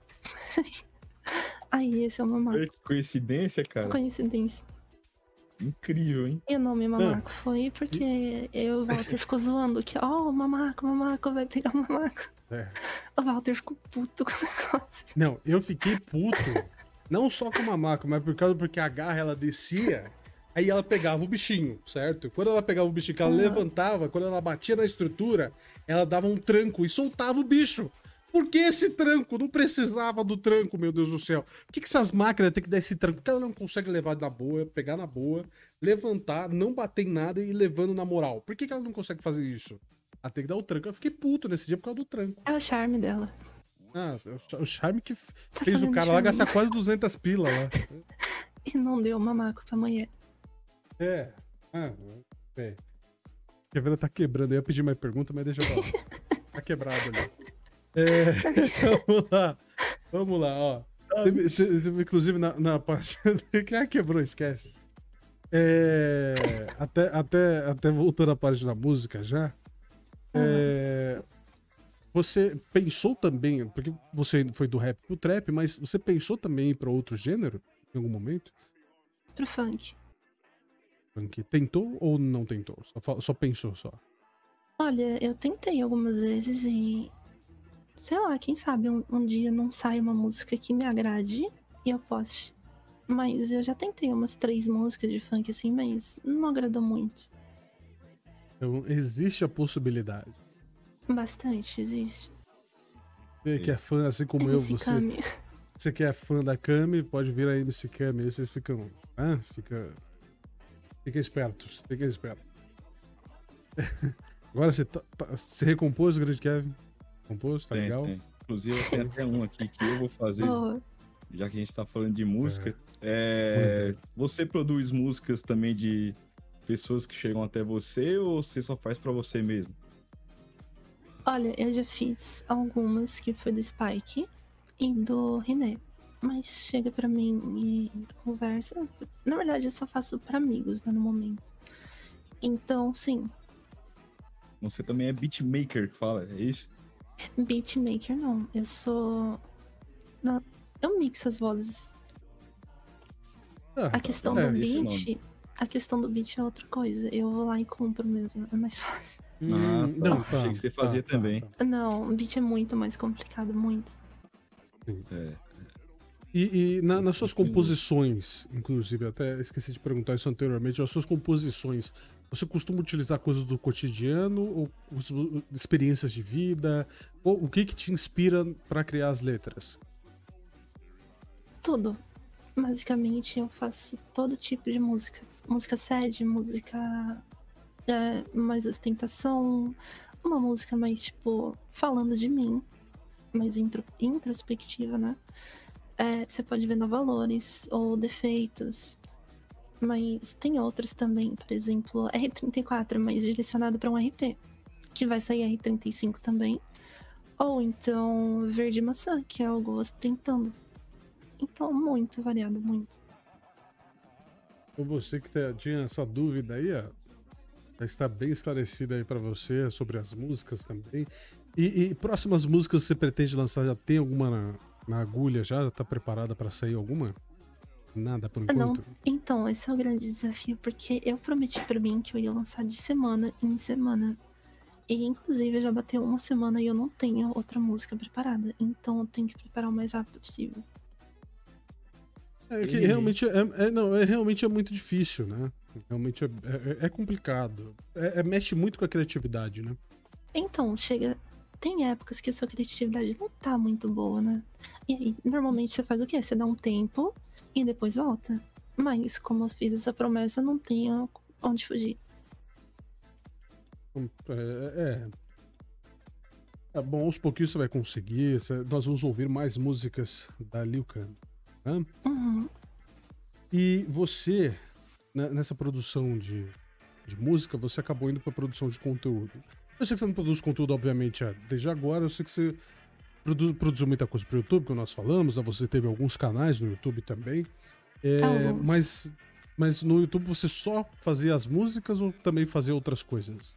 Aí esse é o mamaco. Que coincidência, cara. Coincidência. Incrível, hein? E o nome mamaco foi porque eu e o Walter ficou zoando que, o mamaco vai pegar o mamaco. O Walter ficou puto com o negócio. Não, eu fiquei puto. Não só com o mamaco, mas porque a garra ela descia, aí ela pegava o bichinho, certo? Quando ela pegava o bichinho, que ela levantava, quando ela batia na estrutura, ela dava um tranco e soltava o bicho. Por que esse tranco? Não precisava do tranco, meu Deus do céu. Por que essas máquinas têm que dar esse tranco? Porque ela não consegue levar na boa, pegar na boa, levantar, não bater em nada e ir levando na moral. Por que ela não consegue fazer isso? Ela tem que dar o tranco. Eu fiquei puto nesse dia por causa do tranco. É o charme dela. O charme que fez o cara lá gastar quase 200 pila lá. E não deu mamaco pra mulher. Quebrada tá quebrando. Eu ia pedir mais pergunta, mas deixa eu falar. Tá quebrado ali. Vamos lá, ó. Inclusive na parte. Quem quebrou, esquece. Até voltando à parte da música já. Você pensou também, porque você foi do rap pro trap, mas você pensou também em ir pra outro gênero em algum momento? Pro funk. Funk. Tentou ou não tentou? Só pensou só? Olha, eu tentei algumas vezes e... sei lá, quem sabe um dia não sai uma música que me agrade e eu poste. Mas eu já tentei umas 3 músicas de funk assim, mas não agradou muito. Então existe a possibilidade. Bastante, existe. Você que é fã, assim como MC eu, Kami. você que é fã da Kami, pode vir a MC Kami, aí vocês ficam... Fiquem espertos, fiquem espertos. Agora você recompôs o grande Kevin? Compôs, tá legal? Tem. Inclusive tem até um aqui que eu vou fazer, já que a gente tá falando de música. Você produz músicas também de pessoas que chegam até você ou você só faz pra você mesmo? Olha, eu já fiz algumas que foi do Spike e do René. mas chega pra mim e conversa. Na verdade, eu só faço pra amigos, né, no momento. Então, sim, Você também é beatmaker que fala, é isso? beatmaker não. Eu sou. Não, eu mixo as vozes. Ah, A questão não do vi esse beat. nome. A questão do beat é outra coisa. Eu vou lá e compro mesmo. É mais fácil. Ah, tá. não, tá. Achei que você fazia também. Não, beat é muito mais complicado, muito. É. E nas suas Entendi. composições, inclusive, até esqueci de perguntar isso anteriormente, as suas composições, você costuma utilizar coisas do cotidiano ou experiências de vida? Ou o que te inspira pra criar as letras? Tudo. Basicamente, eu faço todo tipo de música. Música sad, música mais ostentação, uma música mais, tipo, falando de mim, mais introspectiva, né? Você pode ver no valores ou defeitos, mas tem outros também, por exemplo, R34, mas direcionado para um RP, que vai sair R35 também, ou então verde maçã, que é algo ostentando. Então, muito variado, muito. Ou você que tinha essa dúvida aí, ó, já está bem esclarecida aí pra você sobre as músicas também. E próximas músicas você pretende lançar? Já tem alguma na agulha já? Já tá preparada pra sair alguma? Nada por Não, enquanto? então, esse é o grande desafio, porque eu prometi pra mim que eu ia lançar de semana em semana. E, inclusive, já bateu uma semana e eu não tenho outra música preparada. Então, eu tenho que preparar o mais rápido possível. É que realmente não, realmente é muito difícil, né? Realmente é complicado. Mexe muito com a criatividade, né? Então, chega. Tem épocas que a sua criatividade não tá muito boa, né? E aí, normalmente você faz o quê? Você dá um tempo e depois volta. Mas, como eu fiz essa promessa, não tenho onde fugir. É, bom, aos pouquinhos você vai conseguir. Nós vamos ouvir mais músicas da Liu Kang, né? Uhum. E você, nessa produção de música, você acabou indo pra produção de conteúdo. Eu sei que você não produz conteúdo, obviamente, desde agora. Eu sei que você produziu muita coisa pro YouTube, como nós falamos. Né? Você teve alguns canais no YouTube também. Alguns. Mas no YouTube você só fazia as músicas ou também fazia outras coisas?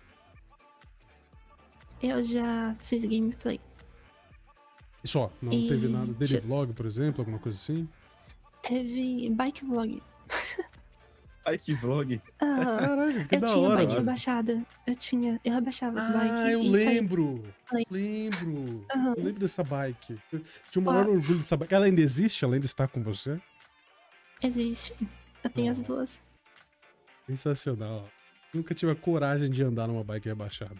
Eu já fiz gameplay. E só? Não teve nada? Daily vlog, por exemplo, alguma coisa assim? Teve bike vlog. Ai, que vlog. Caraca, que Eu da tinha hora. bike rebaixada. Eu rebaixava as bikes. Eu e saía. lembro. Falei. Lembro. Aham. Eu lembro dessa bike. Eu tinha o maior orgulho dessa bike. Ela ainda existe? Ela ainda está com você? Existe. Eu tenho as duas. Sensacional. Nunca tive a coragem de andar numa bike rebaixada.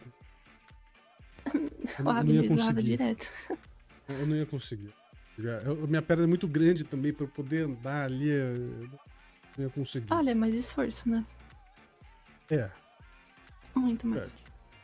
O Abner zoava direto. Eu não ia conseguir. Minha perna é muito grande também pra eu poder andar ali. Eu não ia conseguir. Olha, mais esforço, né? Muito mais.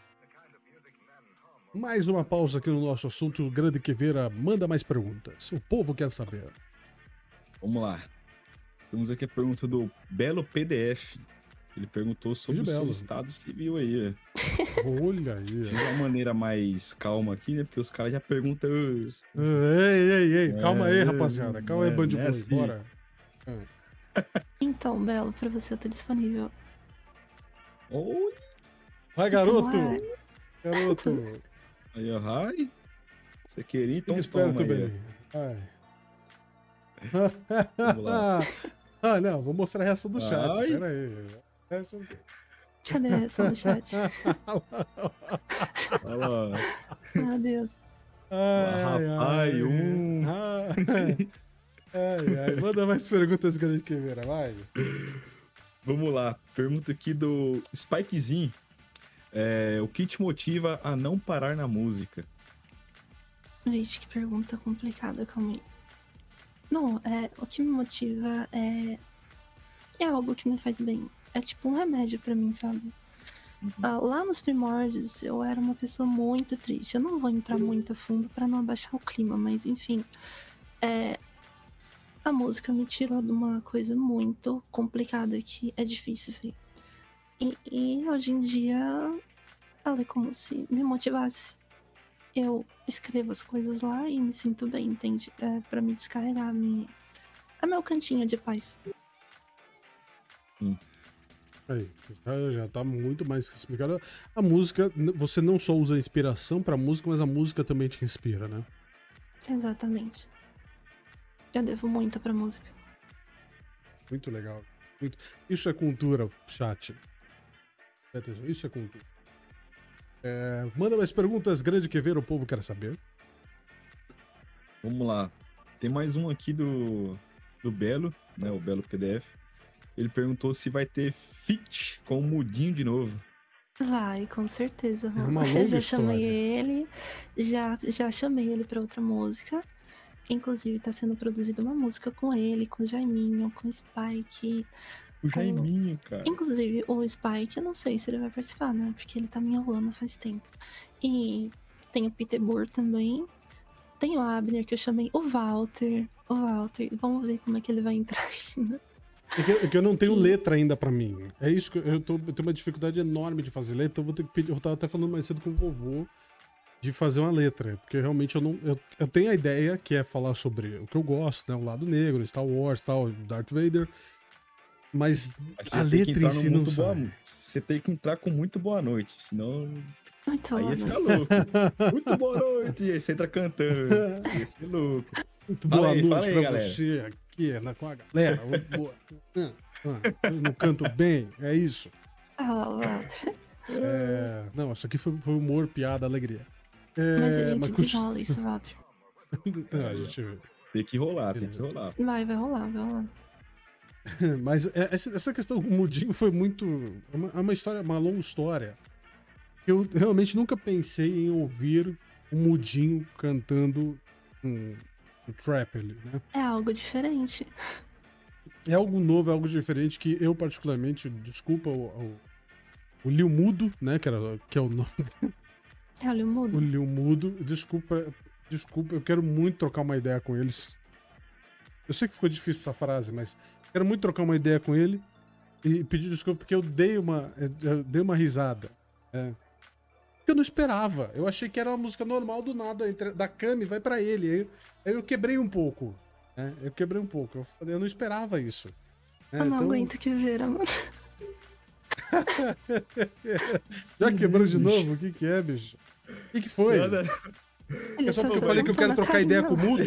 Mais uma pausa aqui no nosso assunto. O Grande Queveira manda mais perguntas. O povo quer saber. Vamos lá. Temos aqui a pergunta do Belo PDF. Ele perguntou sobre o seu estado civil aí. Olha aí. De uma maneira mais calma aqui, né? Porque os caras já perguntam. Ei. Calma aí, rapaziada. Calma aí, Band Boy. Assim. Bora. Então, Belo, pra você eu tô disponível. Oi. Vai, garoto. Garoto. Aí, ó, vai. Você queria, então esperto, aí. Vamos lá. Não, vou mostrar a reação do chat. Pera aí. Cadê a reação do chat? Olha lá. Meu Deus. Rapaz, Manda mais perguntas, Grande Queveira, vai. Vamos lá. Pergunta aqui do Spikezinho. O que te motiva a não parar na música? Gente, que pergunta complicada, calma aí. Não, o que me motiva é algo que me faz bem. É tipo um remédio pra mim, sabe? Lá nos primórdios, eu era uma pessoa muito triste. Eu não vou entrar muito a fundo pra não abaixar o clima, mas enfim. A música me tirou de uma coisa muito complicada que é difícil isso aí. E hoje em dia, ela é como se me motivasse. eu escrevo as coisas lá e me sinto bem, entende? É pra me descarregar, é meu cantinho de paz. Aí, já tá muito mais que explicado. A música, você não só usa a inspiração pra música, mas a música também te inspira, né? Exatamente. Eu devo muito pra música. Muito legal. Isso é cultura, chat. Isso é cultura. Manda mais perguntas, grande que ver, o povo quer saber. Vamos lá. Tem mais um aqui do Belo, né? O Belo PDF. Ele perguntou se vai ter feat com o Mudinho de novo. Vai, com certeza. É uma longa Eu já história. chamei ele, já chamei ele pra outra música. Inclusive, tá sendo produzida uma música com ele, com o Jaiminho, com o Spike. O Jaiminho, cara. Inclusive, o Spike, eu não sei se ele vai participar, né? Porque ele tá me enrolando faz tempo. E tem o Peter Burr também. Tem o Abner, que eu chamei o Walter. Vamos ver como é que ele vai entrar ainda. É que eu não tenho letra ainda pra mim. É isso que eu tenho uma dificuldade enorme de fazer letra. Eu vou ter que pedir. Eu tava até falando mais cedo com o vovô de fazer uma letra. Porque realmente eu tenho a ideia que é falar sobre o que eu gosto, né? O lado negro, Star Wars, tal, Darth Vader. Mas a letra em si não sai. Você tem que entrar com muito boa noite, senão. Muito aí boa ia ficar noite. louco. Muito boa noite. E aí você entra cantando. Ia ser louco. Muito Fala boa aí, noite fala aí, pra galera. você aqui, né, com a galera. Boa. Eu não canto bem, é isso. Walter. Não, isso aqui foi humor, piada, alegria. Mas a gente mas desenrola isso, Walter. Não, a gente... Tem que rolar, tem que rolar. Vai rolar. Mas essa questão do Mudinho foi muito... É uma história, uma longa história. Eu realmente nunca pensei em ouvir o Mudinho cantando um trap ali, né? É algo diferente. É algo novo, é algo diferente que eu particularmente, desculpa o Lil Mudo, né, que é o nome É olho o mudo. Lil Mudo, desculpa, eu quero muito trocar uma ideia com eles. Eu sei que ficou difícil essa frase, mas quero muito trocar uma ideia com ele e pedir desculpa porque eu dei uma risada. Porque eu não esperava. Eu achei que era uma música normal do nada, da Cami vai pra ele. Aí eu quebrei um pouco. Eu não esperava isso. Eu não aguento que ver, mano. Já quebrou de novo? O que é, bicho? O que foi? Ele É só tá porque eu falei que eu quero trocar ideia com o mudo?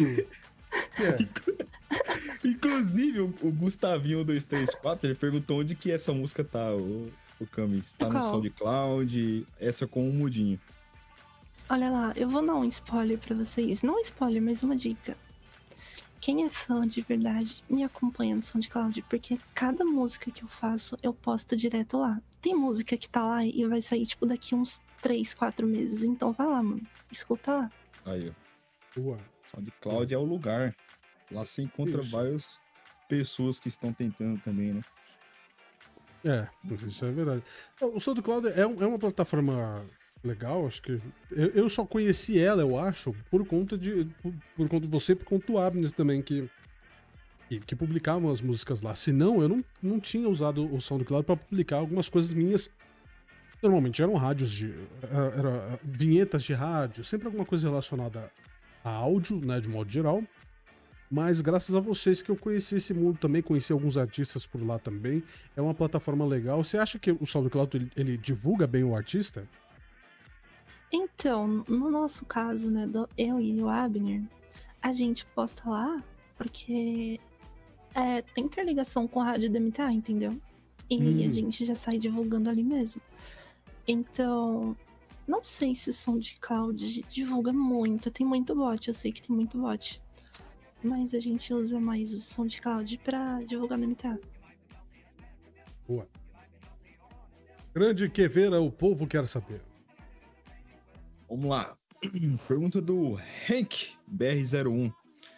Inclusive, o Gustavinho 234, ele perguntou onde que essa música tá, o Camis. Tá no Qual? SoundCloud, essa com o Mudinho. Olha lá, eu vou dar um spoiler pra vocês. Não um spoiler, mas uma dica. Quem é fã de verdade, me acompanha no SoundCloud, porque cada música que eu faço, eu posto direto lá. Tem música que tá lá e vai sair, tipo, daqui uns 3, 4 meses. Então vai lá, mano. Escuta lá. Aí, ó. Boa. SoundCloud é o lugar. Lá você encontra Isso. várias pessoas que estão tentando também, né? Isso é verdade. O SoundCloud é uma plataforma legal, acho que... Eu só conheci ela, eu acho, por conta de você e por conta do Abner também, que publicavam as músicas lá. Senão, eu não tinha usado o SoundCloud pra publicar algumas coisas minhas. Normalmente eram era vinhetas de rádio, sempre alguma coisa relacionada a áudio, né, de modo geral. Mas graças a vocês que eu conheci esse mundo também, conheci alguns artistas por lá também. É uma plataforma legal. Você acha que o SoundCloud ele divulga bem o artista? Então, no nosso caso, né, eu e o Abner, a gente posta lá porque tem interligação com a rádio DMTA, entendeu? E a gente já sai divulgando ali mesmo. Então, não sei se o SoundCloud divulga muito. Tem muito bot, eu sei que tem muito bot. Mas a gente usa mais o SoundCloud pra divulgar no MTA. Boa. Grande Queveira, o povo quer saber. Vamos lá. Pergunta do Hank BR01.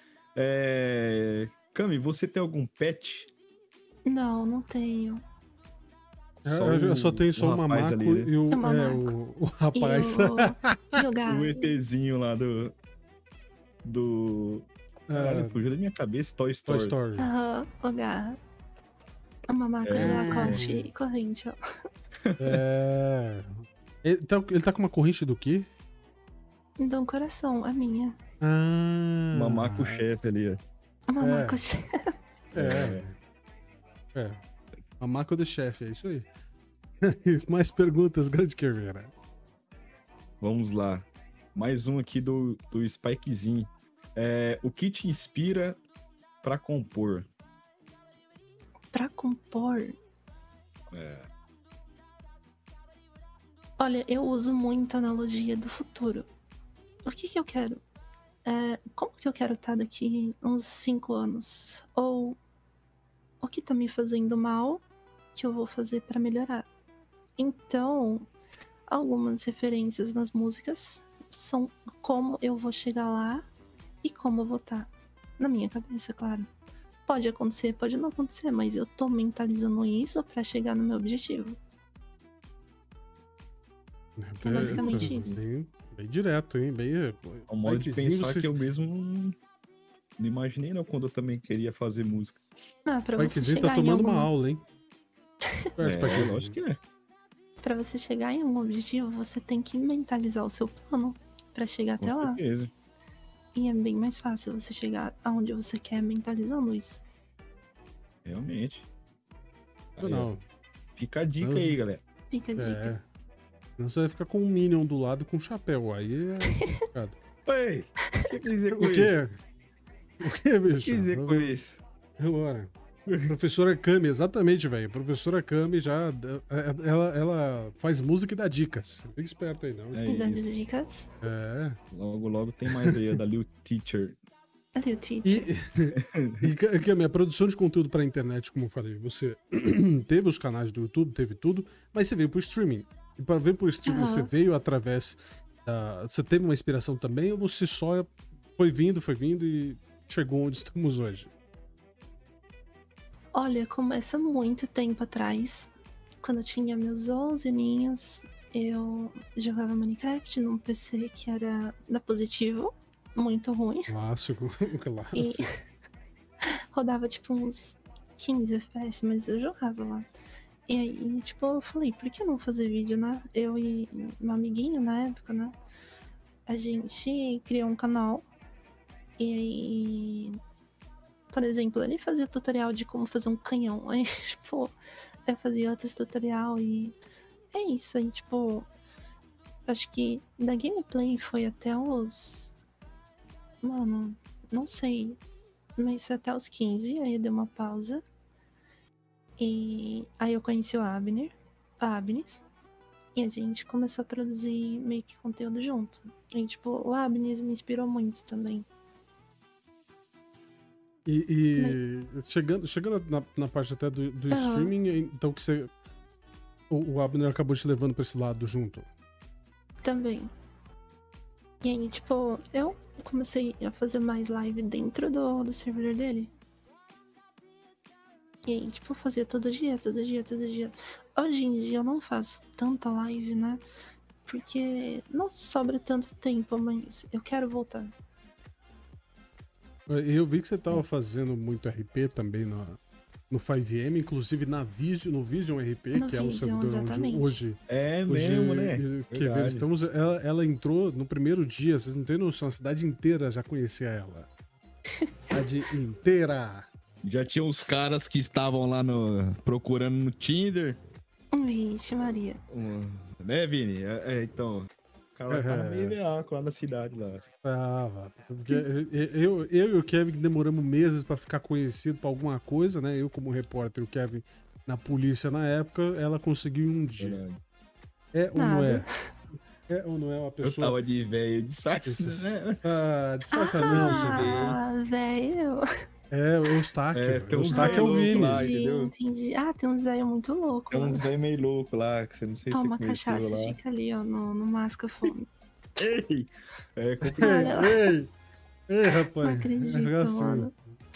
Cami, você tem algum pet? Não Eu tenho. só tenho só o rapaz Mamaco ali, né? e O Mamaco. o rapaz. E o gato. O ETzinho lá do... Caralho, fugiu da minha cabeça, Toy Toy Story. Story. Aham, o gato. A mamaca de Lacoste e corrente, ó. Ele tá com uma corrente do quê? Então, coração, a minha. Ah. Mamaco chefe ali, ó. Mamaco. É. Mamaco de chefe, é isso aí. Mais perguntas, grande Kervera. Vamos lá. Mais um aqui do Spikezinho. O que te inspira pra compor? Pra compor. É. Olha, eu uso muito a analogia do futuro. O que eu quero? Como que eu quero estar daqui uns 5 anos? Ou o que tá me fazendo mal que eu vou fazer pra melhorar? Então, algumas referências nas músicas são como eu vou chegar lá e como eu vou estar. Na minha cabeça, claro. Pode acontecer, pode não acontecer, mas eu tô mentalizando isso pra chegar no meu objetivo. É basicamente isso. Bem direto, hein? É um modo de pensar que eu mesmo não imaginei, não, quando eu também queria fazer música. Não, pra você Spikezinho chegar tá tomando em uma aula, hein? Lógico que é. Pra você chegar em um objetivo, você tem que mentalizar o seu plano pra chegar até Com lá. certeza. E é bem mais fácil você chegar aonde você quer mentalizando isso. Realmente. Aí, Não. Fica a dica aí, galera. Fica a dica. Não, você vai ficar com um Minion do lado com um chapéu. Aí é complicado. Oi, o que você quer dizer com O isso? quê? O que, bicho? O que quer dizer com isso? Agora. Professora Kami, exatamente, velho. Professora Kami já. Ela faz música e dá dicas. Fica esperto aí, não. E dando as dicas. Logo tem mais aí, a da Lil Teacher. Ali o Teacher. E Kami, a produção de conteúdo pra internet, como eu falei, você teve os canais do YouTube, teve tudo, mas você veio pro streaming. E para ver pro streaming, você veio através. Você teve uma inspiração também, ou você só foi vindo e chegou onde estamos hoje? Olha, começa muito tempo atrás. Quando eu tinha meus 11 aninhos, eu jogava Minecraft num PC que era da Positivo, muito ruim. Clássico. E rodava tipo uns 15 FPS, mas eu jogava lá. E aí, tipo, eu falei, por que não fazer vídeo, né? Eu e meu amiguinho na época, né? A gente criou um canal. E aí, por exemplo, ele fazia tutorial de como fazer um canhão. Aí, tipo, eu fazia outros tutorial e é isso. Aí, tipo, acho que da gameplay foi até os... Mano, não sei. Mas foi até os 15, aí deu uma pausa. E aí eu conheci a Abnes, e a gente começou a produzir meio que conteúdo junto. E, tipo, o Abnes me inspirou muito também. Chegando na parte até do streaming, então que você... O Abner acabou te levando pra esse lado junto. Também. E aí, tipo, eu comecei a fazer mais live dentro do servidor dele. E aí, tipo, eu fazia todo dia. Hoje em dia eu não faço tanta live, né? Porque não sobra tanto tempo, mas eu quero voltar. Eu vi que você tava fazendo muito RP também no 5M, inclusive no Vision RP, No que é o Vision, servidor exatamente. onde hoje... Mesmo, né? Que estamos, ela entrou no primeiro dia, vocês não têm noção, a cidade inteira já conhecia ela. Cidade inteira. Já tinha uns caras que estavam lá procurando no Tinder. Vixe, Maria. Né, Vini? Então... O cara tava meio veaco lá na cidade lá. Porque eu e o Kevin demoramos meses pra ficar conhecido pra alguma coisa, né? Eu como repórter, o Kevin na polícia na época, ela conseguiu em um dia. Ou não é? É ou não é uma pessoa... Eu tava de velho disfarce, né? Disfarça não, velho. O Eustáquio. Tem O Eustáquio é o Vini. Entendi. Tem uns velhos muito loucos. Tem uns velhos meio loucos lá, que você não sei se toma você conheceu cachaça, lá. fica ali, ó, no masca-fome. Ei! É complicado. Ei, rapaz. Não acredito, mano.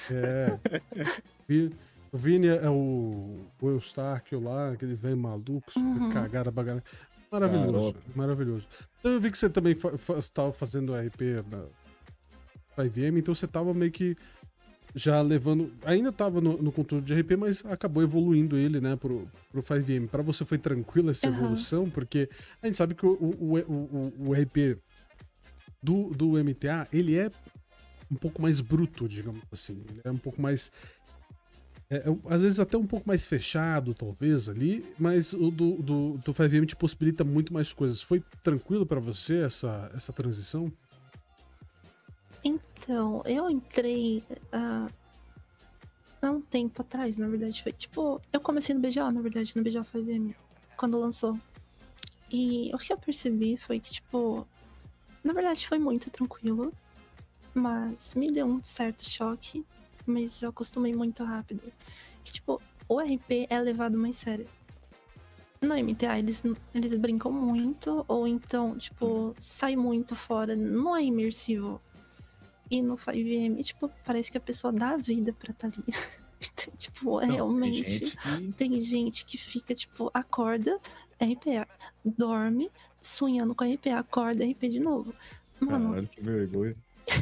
O Vini é o Eustáquio lá, aquele velho maluco, super cagada bagada. Maravilhoso. Então eu vi que você também estava fazendo RP na 5M, então você tava meio que já levando... Ainda tava no conteúdo de RP, mas acabou evoluindo ele, né, pro 5M. Pra você foi tranquila essa evolução? Porque a gente sabe que o RP do MTA, ele é um pouco mais bruto, digamos assim. Ele é um pouco mais... às vezes até um pouco mais fechado, talvez, ali, mas o do 5M te possibilita muito mais coisas. Foi tranquilo pra você essa transição? Então, eu entrei há um tempo atrás, na verdade. Foi tipo, eu comecei no BGO, na verdade, no BGO 5M, quando lançou. E o que eu percebi foi que, tipo, na verdade foi muito tranquilo, mas me deu um certo choque, mas eu acostumei muito rápido. Que, tipo, o RP é levado mais sério. No MTA, eles brincam muito, ou então, tipo, sai muito fora, não é imersivo. E no 5M, tipo, parece que a pessoa dá a vida pra estar ali. Tipo, Não, realmente. Tem gente que fica, tipo, acorda, RPA, dorme, sonhando com RPA, acorda, RP de novo. Mano. Caralho, que vergonha.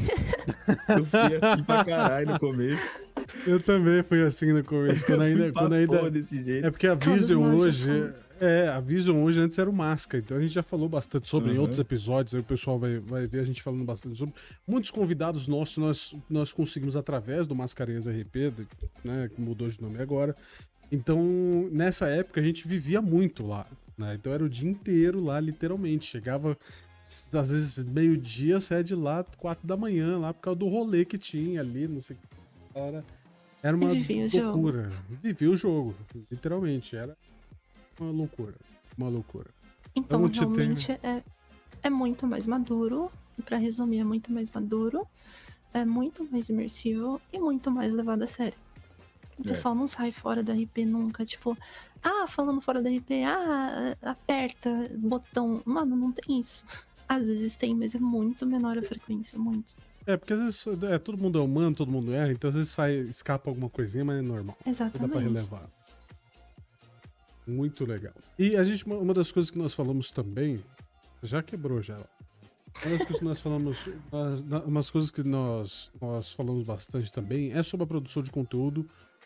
Eu fui assim pra caralho no começo. Eu também fui assim no começo. Quando ainda desse jeito. É porque a Vision Todos nós hoje. já fomos. A Vision hoje antes era o Masca, então a gente já falou bastante sobre em outros episódios, aí o pessoal vai ver a gente falando bastante sobre. Muitos convidados nossos nós conseguimos através do Mascarenhas RP, né, que mudou de nome agora. Então, nessa época a gente vivia muito lá, né? Então era o dia inteiro lá, literalmente. Chegava, às vezes, meio-dia, saia de lá, 4 da manhã, lá por causa do rolê que tinha ali, não sei o que. Era uma loucura. Vivia o jogo, literalmente. Era uma loucura. Então, realmente é muito mais maduro. Pra resumir, é muito mais maduro. É muito mais imersivo e muito mais levado a sério. O pessoal não sai fora da RP nunca. Tipo, falando fora da RP, aperta botão. Mano, não tem isso. Às vezes tem, mas é muito menor a frequência, muito. Porque às vezes todo mundo é humano, todo mundo erra, então às vezes escapa alguma coisinha, mas é normal. Exatamente. Dá pra relevar. Muito legal. E uma das coisas que nós falamos também, já quebrou já. Uma das coisas que nós falamos, umas coisas que nós falamos bastante também é sobre a produção de conteúdo,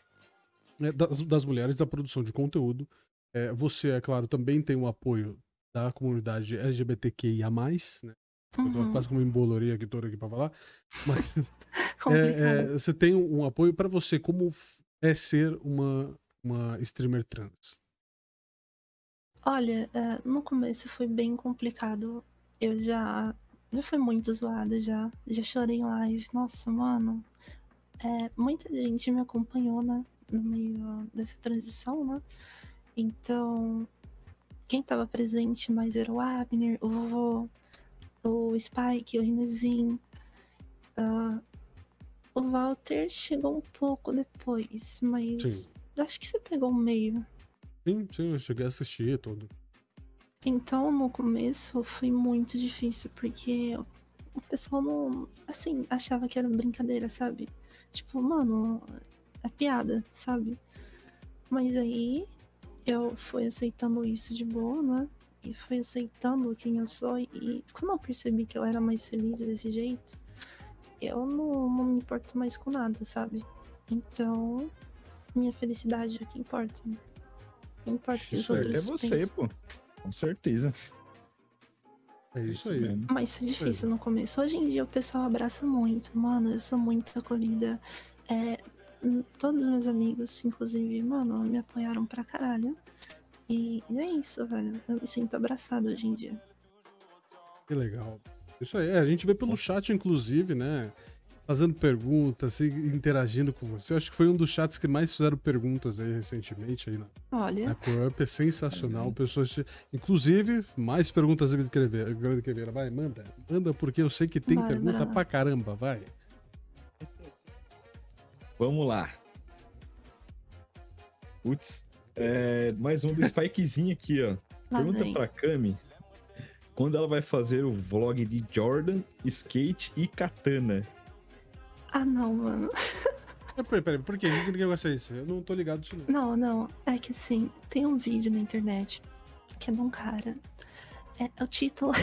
das mulheres da produção de conteúdo. Você, é claro, também tem o apoio da comunidade LGBTQIA+, né? Eu tô quase com uma emboloria aqui toda aqui pra falar. Mas você tem um apoio pra você. Como é ser uma streamer trans? Olha, no começo foi bem complicado. Eu já fui muito zoada, já chorei em live. Nossa, mano. Muita gente me acompanhou, né? No meio dessa transição, né? Então, quem tava presente mais era o Abner, o Vovô, o Spike, o Rinezinho. O Walter chegou um pouco depois, mas acho que você pegou o meio. Sim, eu cheguei a assistir tudo. Então, no começo foi muito difícil, porque o pessoal não, assim, achava que era brincadeira, sabe? Tipo, mano, é piada, sabe? Mas aí eu fui aceitando isso de boa, né? E fui aceitando quem eu sou. E quando eu percebi que eu era mais feliz desse jeito, eu não me importo mais com nada, sabe? Então, minha felicidade é o que importa. Não importa que os outros É você, pensem. pô. Com certeza. É isso aí. Mas foi difícil no começo. Hoje em dia o pessoal abraça muito, mano. Eu sou muito acolhida. Todos os meus amigos, inclusive, mano, me apoiaram pra caralho. E é isso, velho. Eu me sinto abraçada hoje em dia. Que legal. Isso aí. A gente vê pelo chat, inclusive, né? Fazendo perguntas, interagindo com você. Eu acho que foi um dos chats que mais fizeram perguntas aí recentemente aí na Co-Up. É sensacional. Pessoas, inclusive, mais perguntas do que ver. Vai, manda, porque eu sei que tem pergunta pra caramba, vai. Vamos lá. Putz, mais um do Spikezinho aqui, ó. Pergunta pra Cami quando ela vai fazer o vlog de Jordan, skate e katana. Não, mano. Peraí, por quê? Que negócio é esse? Eu não tô ligado nisso, não. Não, é que assim, tem um vídeo na internet que é de um cara. O título.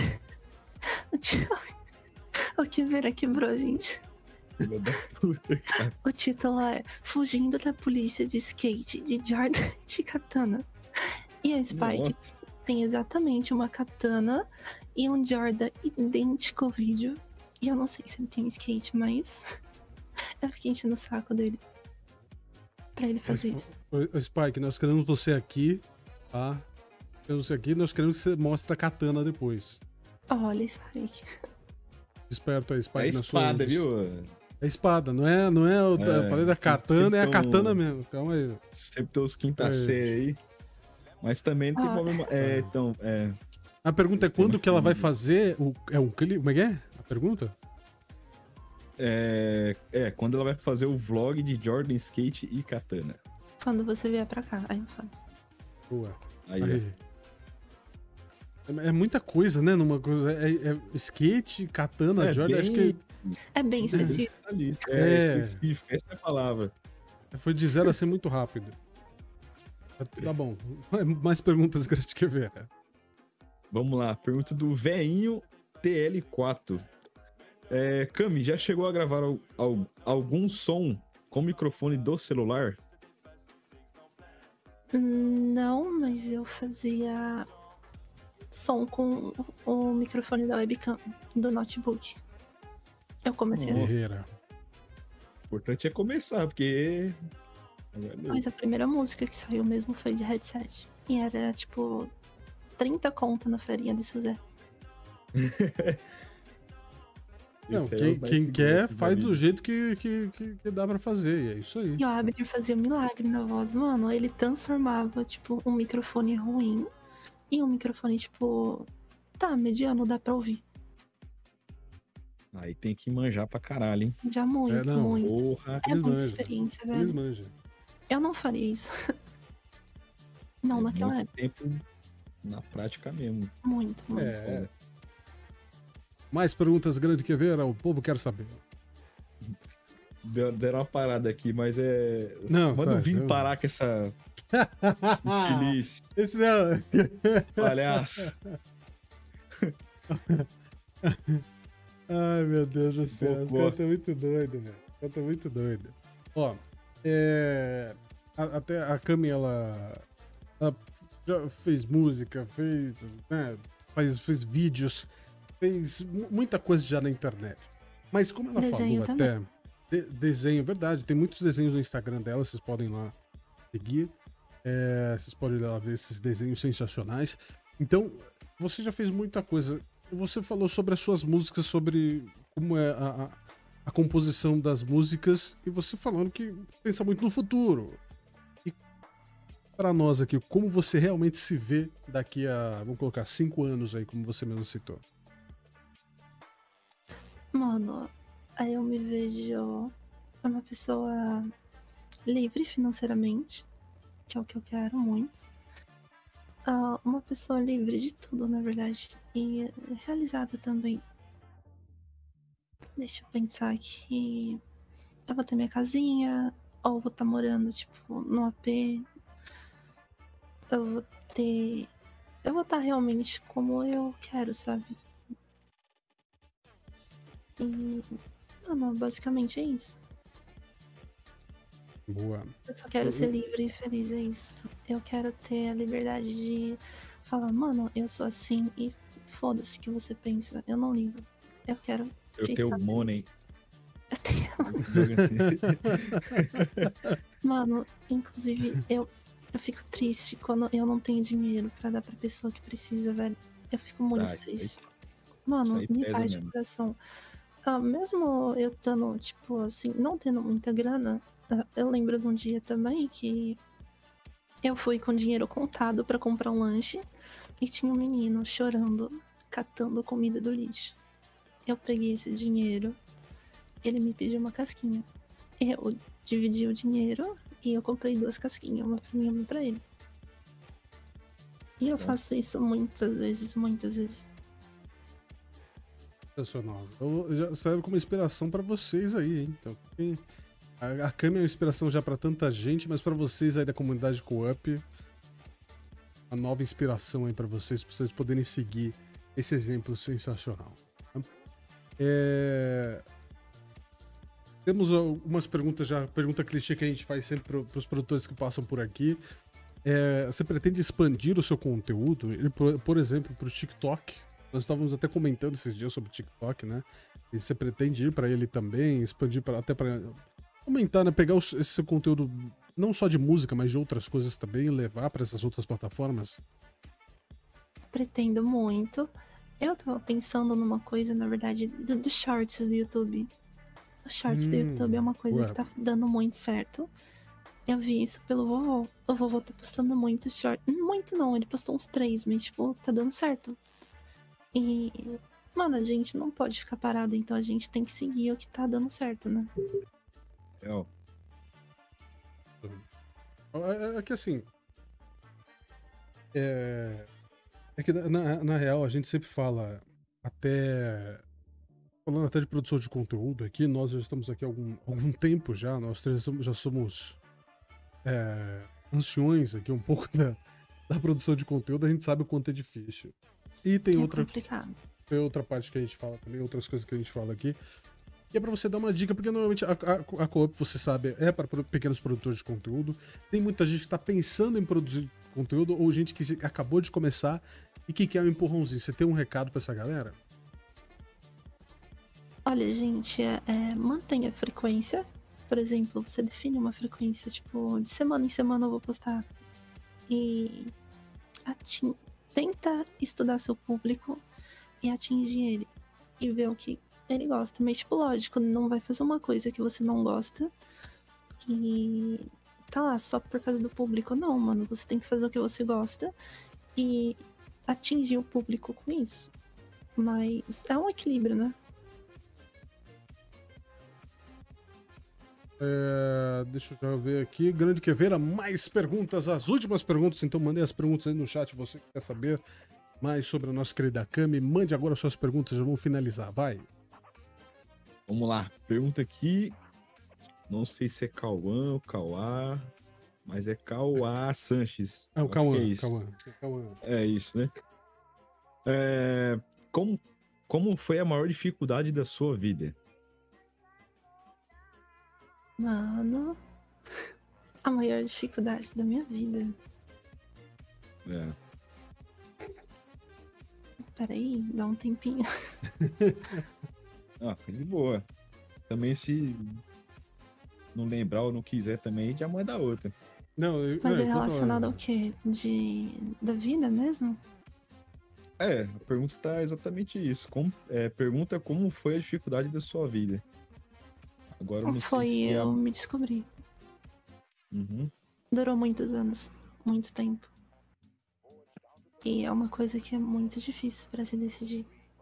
O que Vera quebrou, gente. Filha da puta, cara. O título é Fugindo da Polícia de Skate, de Jordan de Katana. E a Spike tem exatamente uma katana e um Jordan idêntico ao vídeo. E eu não sei se ele tem um skate, mas eu fiquei enchendo o saco dele pra ele fazer isso. Ô, Spike, nós queremos você aqui, tá? Queremos você aqui, nós queremos que você mostre a katana depois. Olha, Spike. Esperto aí, Spike. É na espada, sua... viu? É espada, não é eu falei da katana, é a katana mesmo. Calma aí. Sempre tem os quinta série aí. Mas também não tem problema. Então, A pergunta é Gostei quando da que ela vai família. fazer um clipe? Como é que é? A pergunta? quando ela vai fazer o vlog de Jordan Skate e Katana. Quando você vier pra cá, aí eu faço. Boa. Aí, Aí. É muita coisa, né? Numa coisa. É skate, katana, Jordan. bem Acho que É bem específico. específico, essa é a palavra. foi de 0 a 100 muito rápido. Tá bom. Mais perguntas, Grande que ver. Vamos lá, pergunta do Veinho TL4. Cami, já chegou a gravar algum som com microfone do celular? Não, mas eu fazia som com o microfone da webcam do notebook. Eu comecei assim. Guerreira. O importante é começar, porque... Mas a primeira música que saiu mesmo foi de headset. E era tipo 30 conto na feirinha de Suzé. Não, Esse aí é os quem 10 quer segundos faz da do vida. jeito que dá pra fazer. E é isso aí. E o Abner fazia um milagre na voz. Mano, ele transformava, tipo, um microfone ruim em um microfone, tipo, tá, mediano, dá pra ouvir. Aí tem que manjar pra caralho, hein? Já muito, não. muito. Porra. É Eles muita manjam. experiência, Eles velho. manjam. Eu não faria isso. Não, naquela muito época. tempo na prática mesmo. Muito, muito. É. Mais perguntas, Grande que ver? O povo quer saber. Deram uma parada aqui, mas Não, Manda tá, o Vini eu- parar com essa infeliz Esse não. palhaço. Ai, meu Deus do céu. Os Boa. caras estão muito doidos, velho. Os caras estão muito doidos. Ó, até a Cami, ela já fez música, fez, né, fez vídeos, fez muita coisa já na internet. Mas como ela Desenho falou até... desenho, verdade. Tem muitos desenhos no Instagram dela, vocês podem lá seguir. Vocês podem lá ver esses desenhos sensacionais. Então, você já fez muita coisa. Você falou sobre as suas músicas, sobre como é a composição das músicas, e você falando que pensa muito no futuro. E para nós aqui, como você realmente se vê daqui a, vamos colocar, 5 anos aí, como você mesmo citou? Mano, aí eu me vejo uma pessoa livre financeiramente, que é o que eu quero muito. Uma pessoa livre de tudo, na verdade, e realizada também. Deixa eu pensar que eu vou ter minha casinha, ou vou estar morando, tipo, no AP. Eu vou estar realmente como eu quero, sabe? E, mano, basicamente é isso. Boa. Eu só quero ser livre e feliz, é isso. Eu quero ter a liberdade de falar, mano, eu sou assim e foda-se o que você pensa. Eu não ligo. Eu quero. Eu tenho ficar money. Mano, inclusive, eu fico triste quando eu não tenho dinheiro pra dar pra pessoa que precisa, velho. Eu fico muito Isso aí- triste. isso Mano, aí me pesa parte o mesmo. coração. Mesmo eu estando, tipo, assim, não tendo muita grana, eu lembro de um dia também que eu fui com dinheiro contado pra comprar um lanche e tinha um menino chorando, catando comida do lixo. Eu peguei esse dinheiro, ele me pediu uma casquinha. Eu dividi o dinheiro e eu comprei 2 casquinhas, uma pra mim e uma pra ele. E eu faço isso muitas vezes, muitas vezes. Sensacional. Eu já serve como inspiração pra vocês aí, hein? Então, a Cami é uma inspiração já pra tanta gente, mas pra vocês aí da comunidade Co-op, uma nova inspiração aí pra vocês poderem seguir esse exemplo sensacional. Tá? Temos algumas perguntas já, pergunta clichê que a gente faz sempre pros produtores que passam por aqui. Você pretende expandir o seu conteúdo, por exemplo, pro TikTok? Nós estávamos até comentando esses dias sobre o TikTok, né? E você pretende ir pra ele também, expandir até pra aumentar, né? Pegar esse conteúdo não só de música, mas de outras coisas também e levar pra essas outras plataformas? Pretendo muito. Eu tava pensando numa coisa, na verdade, dos shorts do YouTube. Os shorts do YouTube é uma coisa que tá dando muito certo. Eu vi isso pelo vovô. O vovô tá postando muito short. Muito não, ele postou uns 3, mas, tipo, tá dando certo. E, mano, a gente não pode ficar parado, então a gente tem que seguir o que tá dando certo, né? É que assim. É que na real a gente sempre fala até. Falando até de produção de conteúdo aqui, nós já estamos aqui há algum tempo já, nós três já somos anciões aqui um pouco da produção de conteúdo, a gente sabe o quanto é difícil. E tem complicado. Tem outra parte que a gente fala também, outras coisas que a gente fala aqui. E é pra você dar uma dica, porque normalmente a Co-op, você sabe, é para pequenos produtores de conteúdo. Tem muita gente que tá pensando em produzir conteúdo, ou gente que acabou de começar e que quer um empurrãozinho. Você tem um recado pra essa galera? Olha, gente, mantenha a frequência. Por exemplo, você define uma frequência, tipo, de semana em semana eu vou postar. E tenta estudar seu público e atingir ele. E ver o que ele gosta. Mas, tipo, lógico, não vai fazer uma coisa que você não gosta e tá lá só por causa do público. Não, mano, você tem que fazer o que você gosta e atingir o público com isso. Mas é um equilíbrio, né? Deixa eu já ver aqui. Grande Queveira, mais perguntas, as últimas perguntas. Então mandei as perguntas aí no chat. Você que quer saber mais sobre a nossa querida Cami, mande agora suas perguntas, já vamos finalizar. Vai. Vamos lá. Pergunta aqui. Não sei se é Cauã ou Cauá, mas é Cauá Sanches. É o Cauã. É isso. É isso, né? Como foi a maior dificuldade da sua vida? Mano, a maior dificuldade da minha vida. Peraí, dá um tempinho. De boa. Também se não lembrar ou não quiser também, já manda outra. Mas é relacionado ao quê? Da vida mesmo? A pergunta tá exatamente isso. Pergunta como foi a dificuldade da sua vida. Agora eu não foi sei se eu me descobri. Durou muitos anos, muito tempo. E é uma coisa que é muito difícil pra se decidir.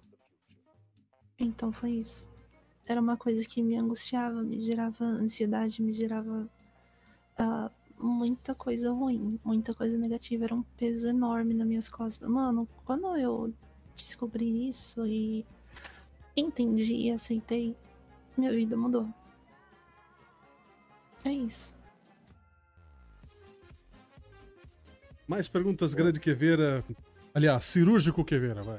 Então foi isso. Era uma coisa que me angustiava, me gerava ansiedade, me gerava muita coisa ruim, muita coisa negativa. Era um peso enorme nas minhas costas. Mano, quando eu descobri isso e entendi e aceitei, minha vida mudou. É isso. Mais perguntas, Grande Queveira. Aliás, Cirúrgico Queveira, vai.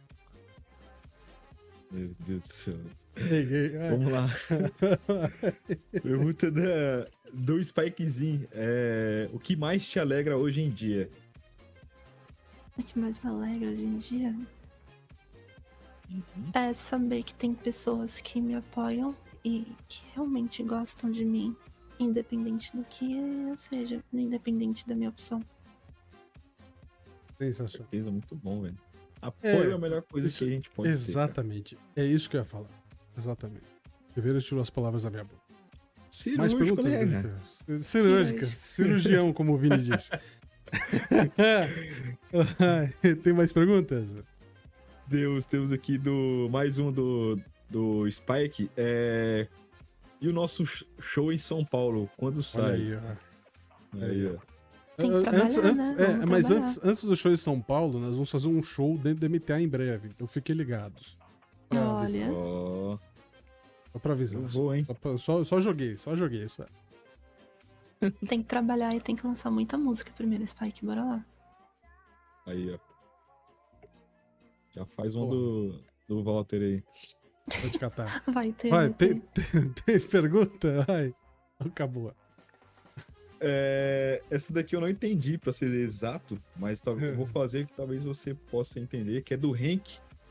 Meu Deus do céu. Vamos Vamos lá. Pergunta do Spikezinho. O que mais te alegra hoje em dia? O que mais me alegra hoje em dia é saber que tem pessoas que me apoiam e que realmente gostam de mim, independente do que eu seja, independente da minha opção. Sensacional. É muito bom, velho. Apoio é a melhor coisa que a gente pode ter. Exatamente. É isso que eu ia falar. Exatamente. Queveira tirou as palavras da minha boca. Cirúrgico, mais perguntas, né? Cirúrgicas. Cirurgião, como o Vini disse. Tem mais perguntas? Temos aqui mais um do Spike. E o nosso show em São Paulo, quando sai? Aí, ó. Tem que trabalhar, né? Mas antes do show em São Paulo, nós vamos fazer um show dentro da MTA em breve. Então fiquem ligados. Olha. Só pra avisar. Eu vou, hein? Só joguei isso. Tem que trabalhar e tem que lançar muita música primeiro, Spike. Bora lá. Aí, ó. Já faz um do Walter aí. Vou te catar. Vai ter. Tem pergunta? Vai. Acabou. Essa daqui eu não entendi, pra ser exato, mas eu vou fazer que talvez você possa entender, que é do Henk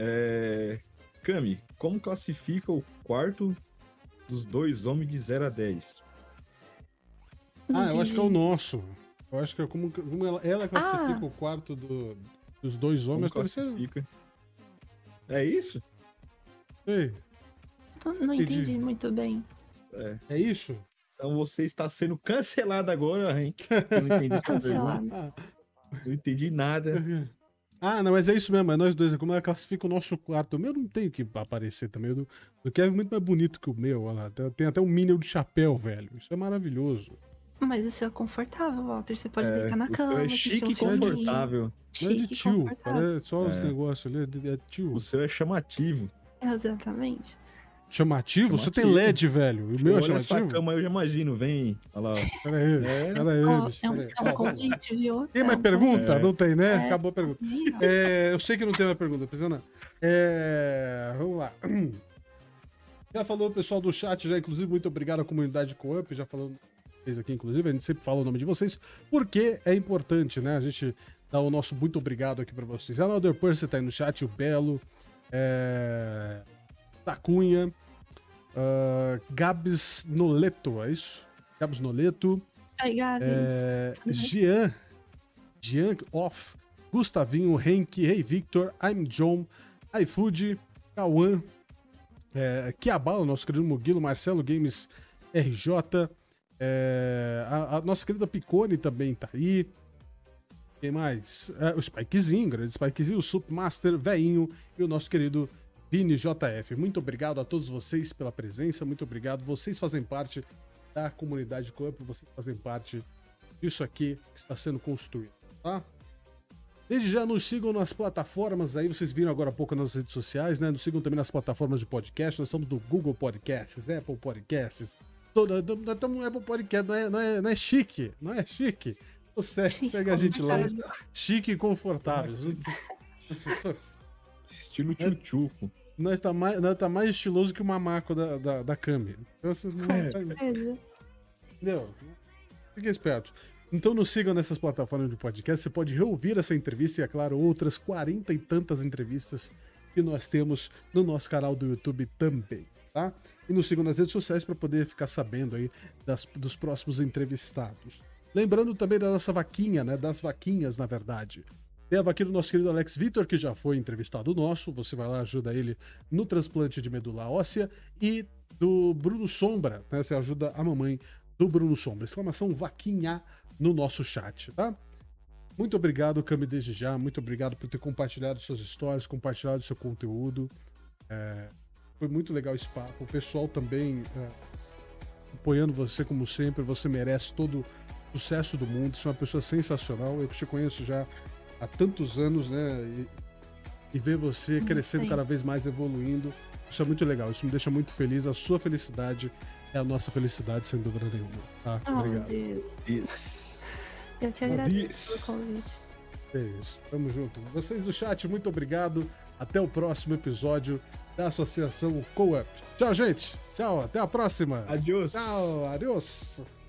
Cami, como classifica o quarto dos dois homens de 0 a 10? Eu acho que é o nosso. Eu acho que é como ela classifica o quarto dos dois homens. Como Deve ser. classifica? É isso? Ei, Não entendi muito bem. é isso? Então você está sendo cancelado agora, hein? Eu não entendi essa Cancelado. pergunta. Não entendi nada. Não, mas é isso mesmo, é nós dois. Como ela classifica o nosso quarto. O meu não tem que aparecer também. O Kevin é muito mais bonito que o meu. Olha lá. Tem até um Minion de chapéu, velho. Isso é maravilhoso. Mas isso é confortável, Walter. Você pode deitar na O cama. seu é assistir chique um e filme. confortável. Não é de Chique e tio. confortável. É só os negócios ali. É tio. O seu é chamativo. Exatamente. Chamativo? Você tem Chamativo. LED, velho. O meu é Olha essa chamativo? cama aí, eu já imagino. Vem. Olha lá. ó. Pera aí, Ó, bicho. é um Pera aí. convite, viu? Tem mais um pergunta? Não tem, né? É. Acabou a pergunta. convite. Eu sei que não tem mais pergunta, precisa não. Vamos lá. Já falou o pessoal do chat, já, inclusive, muito obrigado à comunidade Co-up, já falando vocês aqui, inclusive, a gente sempre fala o nome de vocês, porque é importante, né? A gente dá o nosso muito obrigado aqui pra vocês. Another Percy tá aí no chat, o Belo, Tacunha, Gabs Noleto, é isso? Gabs Noleto. Aí, Gabs. tudo bem? Jean Off, Gustavinho, Henk, Hey Victor, I'm John, iFood, Cauã, Kiabala, nosso querido Muguilo, Marcelo Games RJ, a nossa querida Picone também tá aí. Quem mais? O Spikezinho, grande Spikezinho, o Supmaster, Veinho e o nosso querido Vini JF. Muito obrigado a todos vocês pela presença, muito obrigado. Vocês fazem parte da comunidade Co-up, vocês fazem parte disso aqui que está sendo construído, tá? Desde já nos sigam nas plataformas aí, vocês viram agora há pouco nas redes sociais, né? Nos sigam também nas plataformas de podcast, nós estamos no Google Podcasts, Apple Podcasts, nós estamos no Apple Podcast, não é chique, não é chique. Você segue a gente lá, chique e confortável. Estilo tchutchuco. Nós tá mais estiloso que o mamaco da Cami. Então, você não Beleza. entendeu? Fique esperto. Então nos sigam nessas plataformas de podcast. Você pode reouvir essa entrevista e, é claro, outras 40 e tantas entrevistas que nós temos no nosso canal do YouTube também, tá? E nos sigam nas redes sociais para poder ficar sabendo aí dos próximos entrevistados. Lembrando também da nossa vaquinha, né? Das vaquinhas, na verdade. Tem a vaquinha do nosso querido Alex Vitor, que já foi entrevistado nosso. Você vai lá, ajuda ele no transplante de medula óssea. E do Bruno Sombra, né? Você ajuda a mamãe do Bruno Sombra. Exclamação vaquinha no nosso chat, tá? Muito obrigado, Cami, desde já. Muito obrigado por ter compartilhado suas histórias, compartilhado seu conteúdo. Foi muito legal esse papo. O pessoal também apoiando você, como sempre. Você merece todo o sucesso do mundo. Você é uma pessoa sensacional. Eu que te conheço já há tantos anos, né? E ver você crescendo cada vez mais, evoluindo. Isso é muito legal. Isso me deixa muito feliz. A sua felicidade é a nossa felicidade, sem dúvida nenhuma. Tá? Obrigado. Deus. Isso. Eu que agradeço pelo convite. É isso. Tamo junto. Vocês do chat, muito obrigado. Até o próximo episódio da Associação Co-up. Tchau, gente. Tchau. Até a próxima. Adiós. Tchau. Adeus.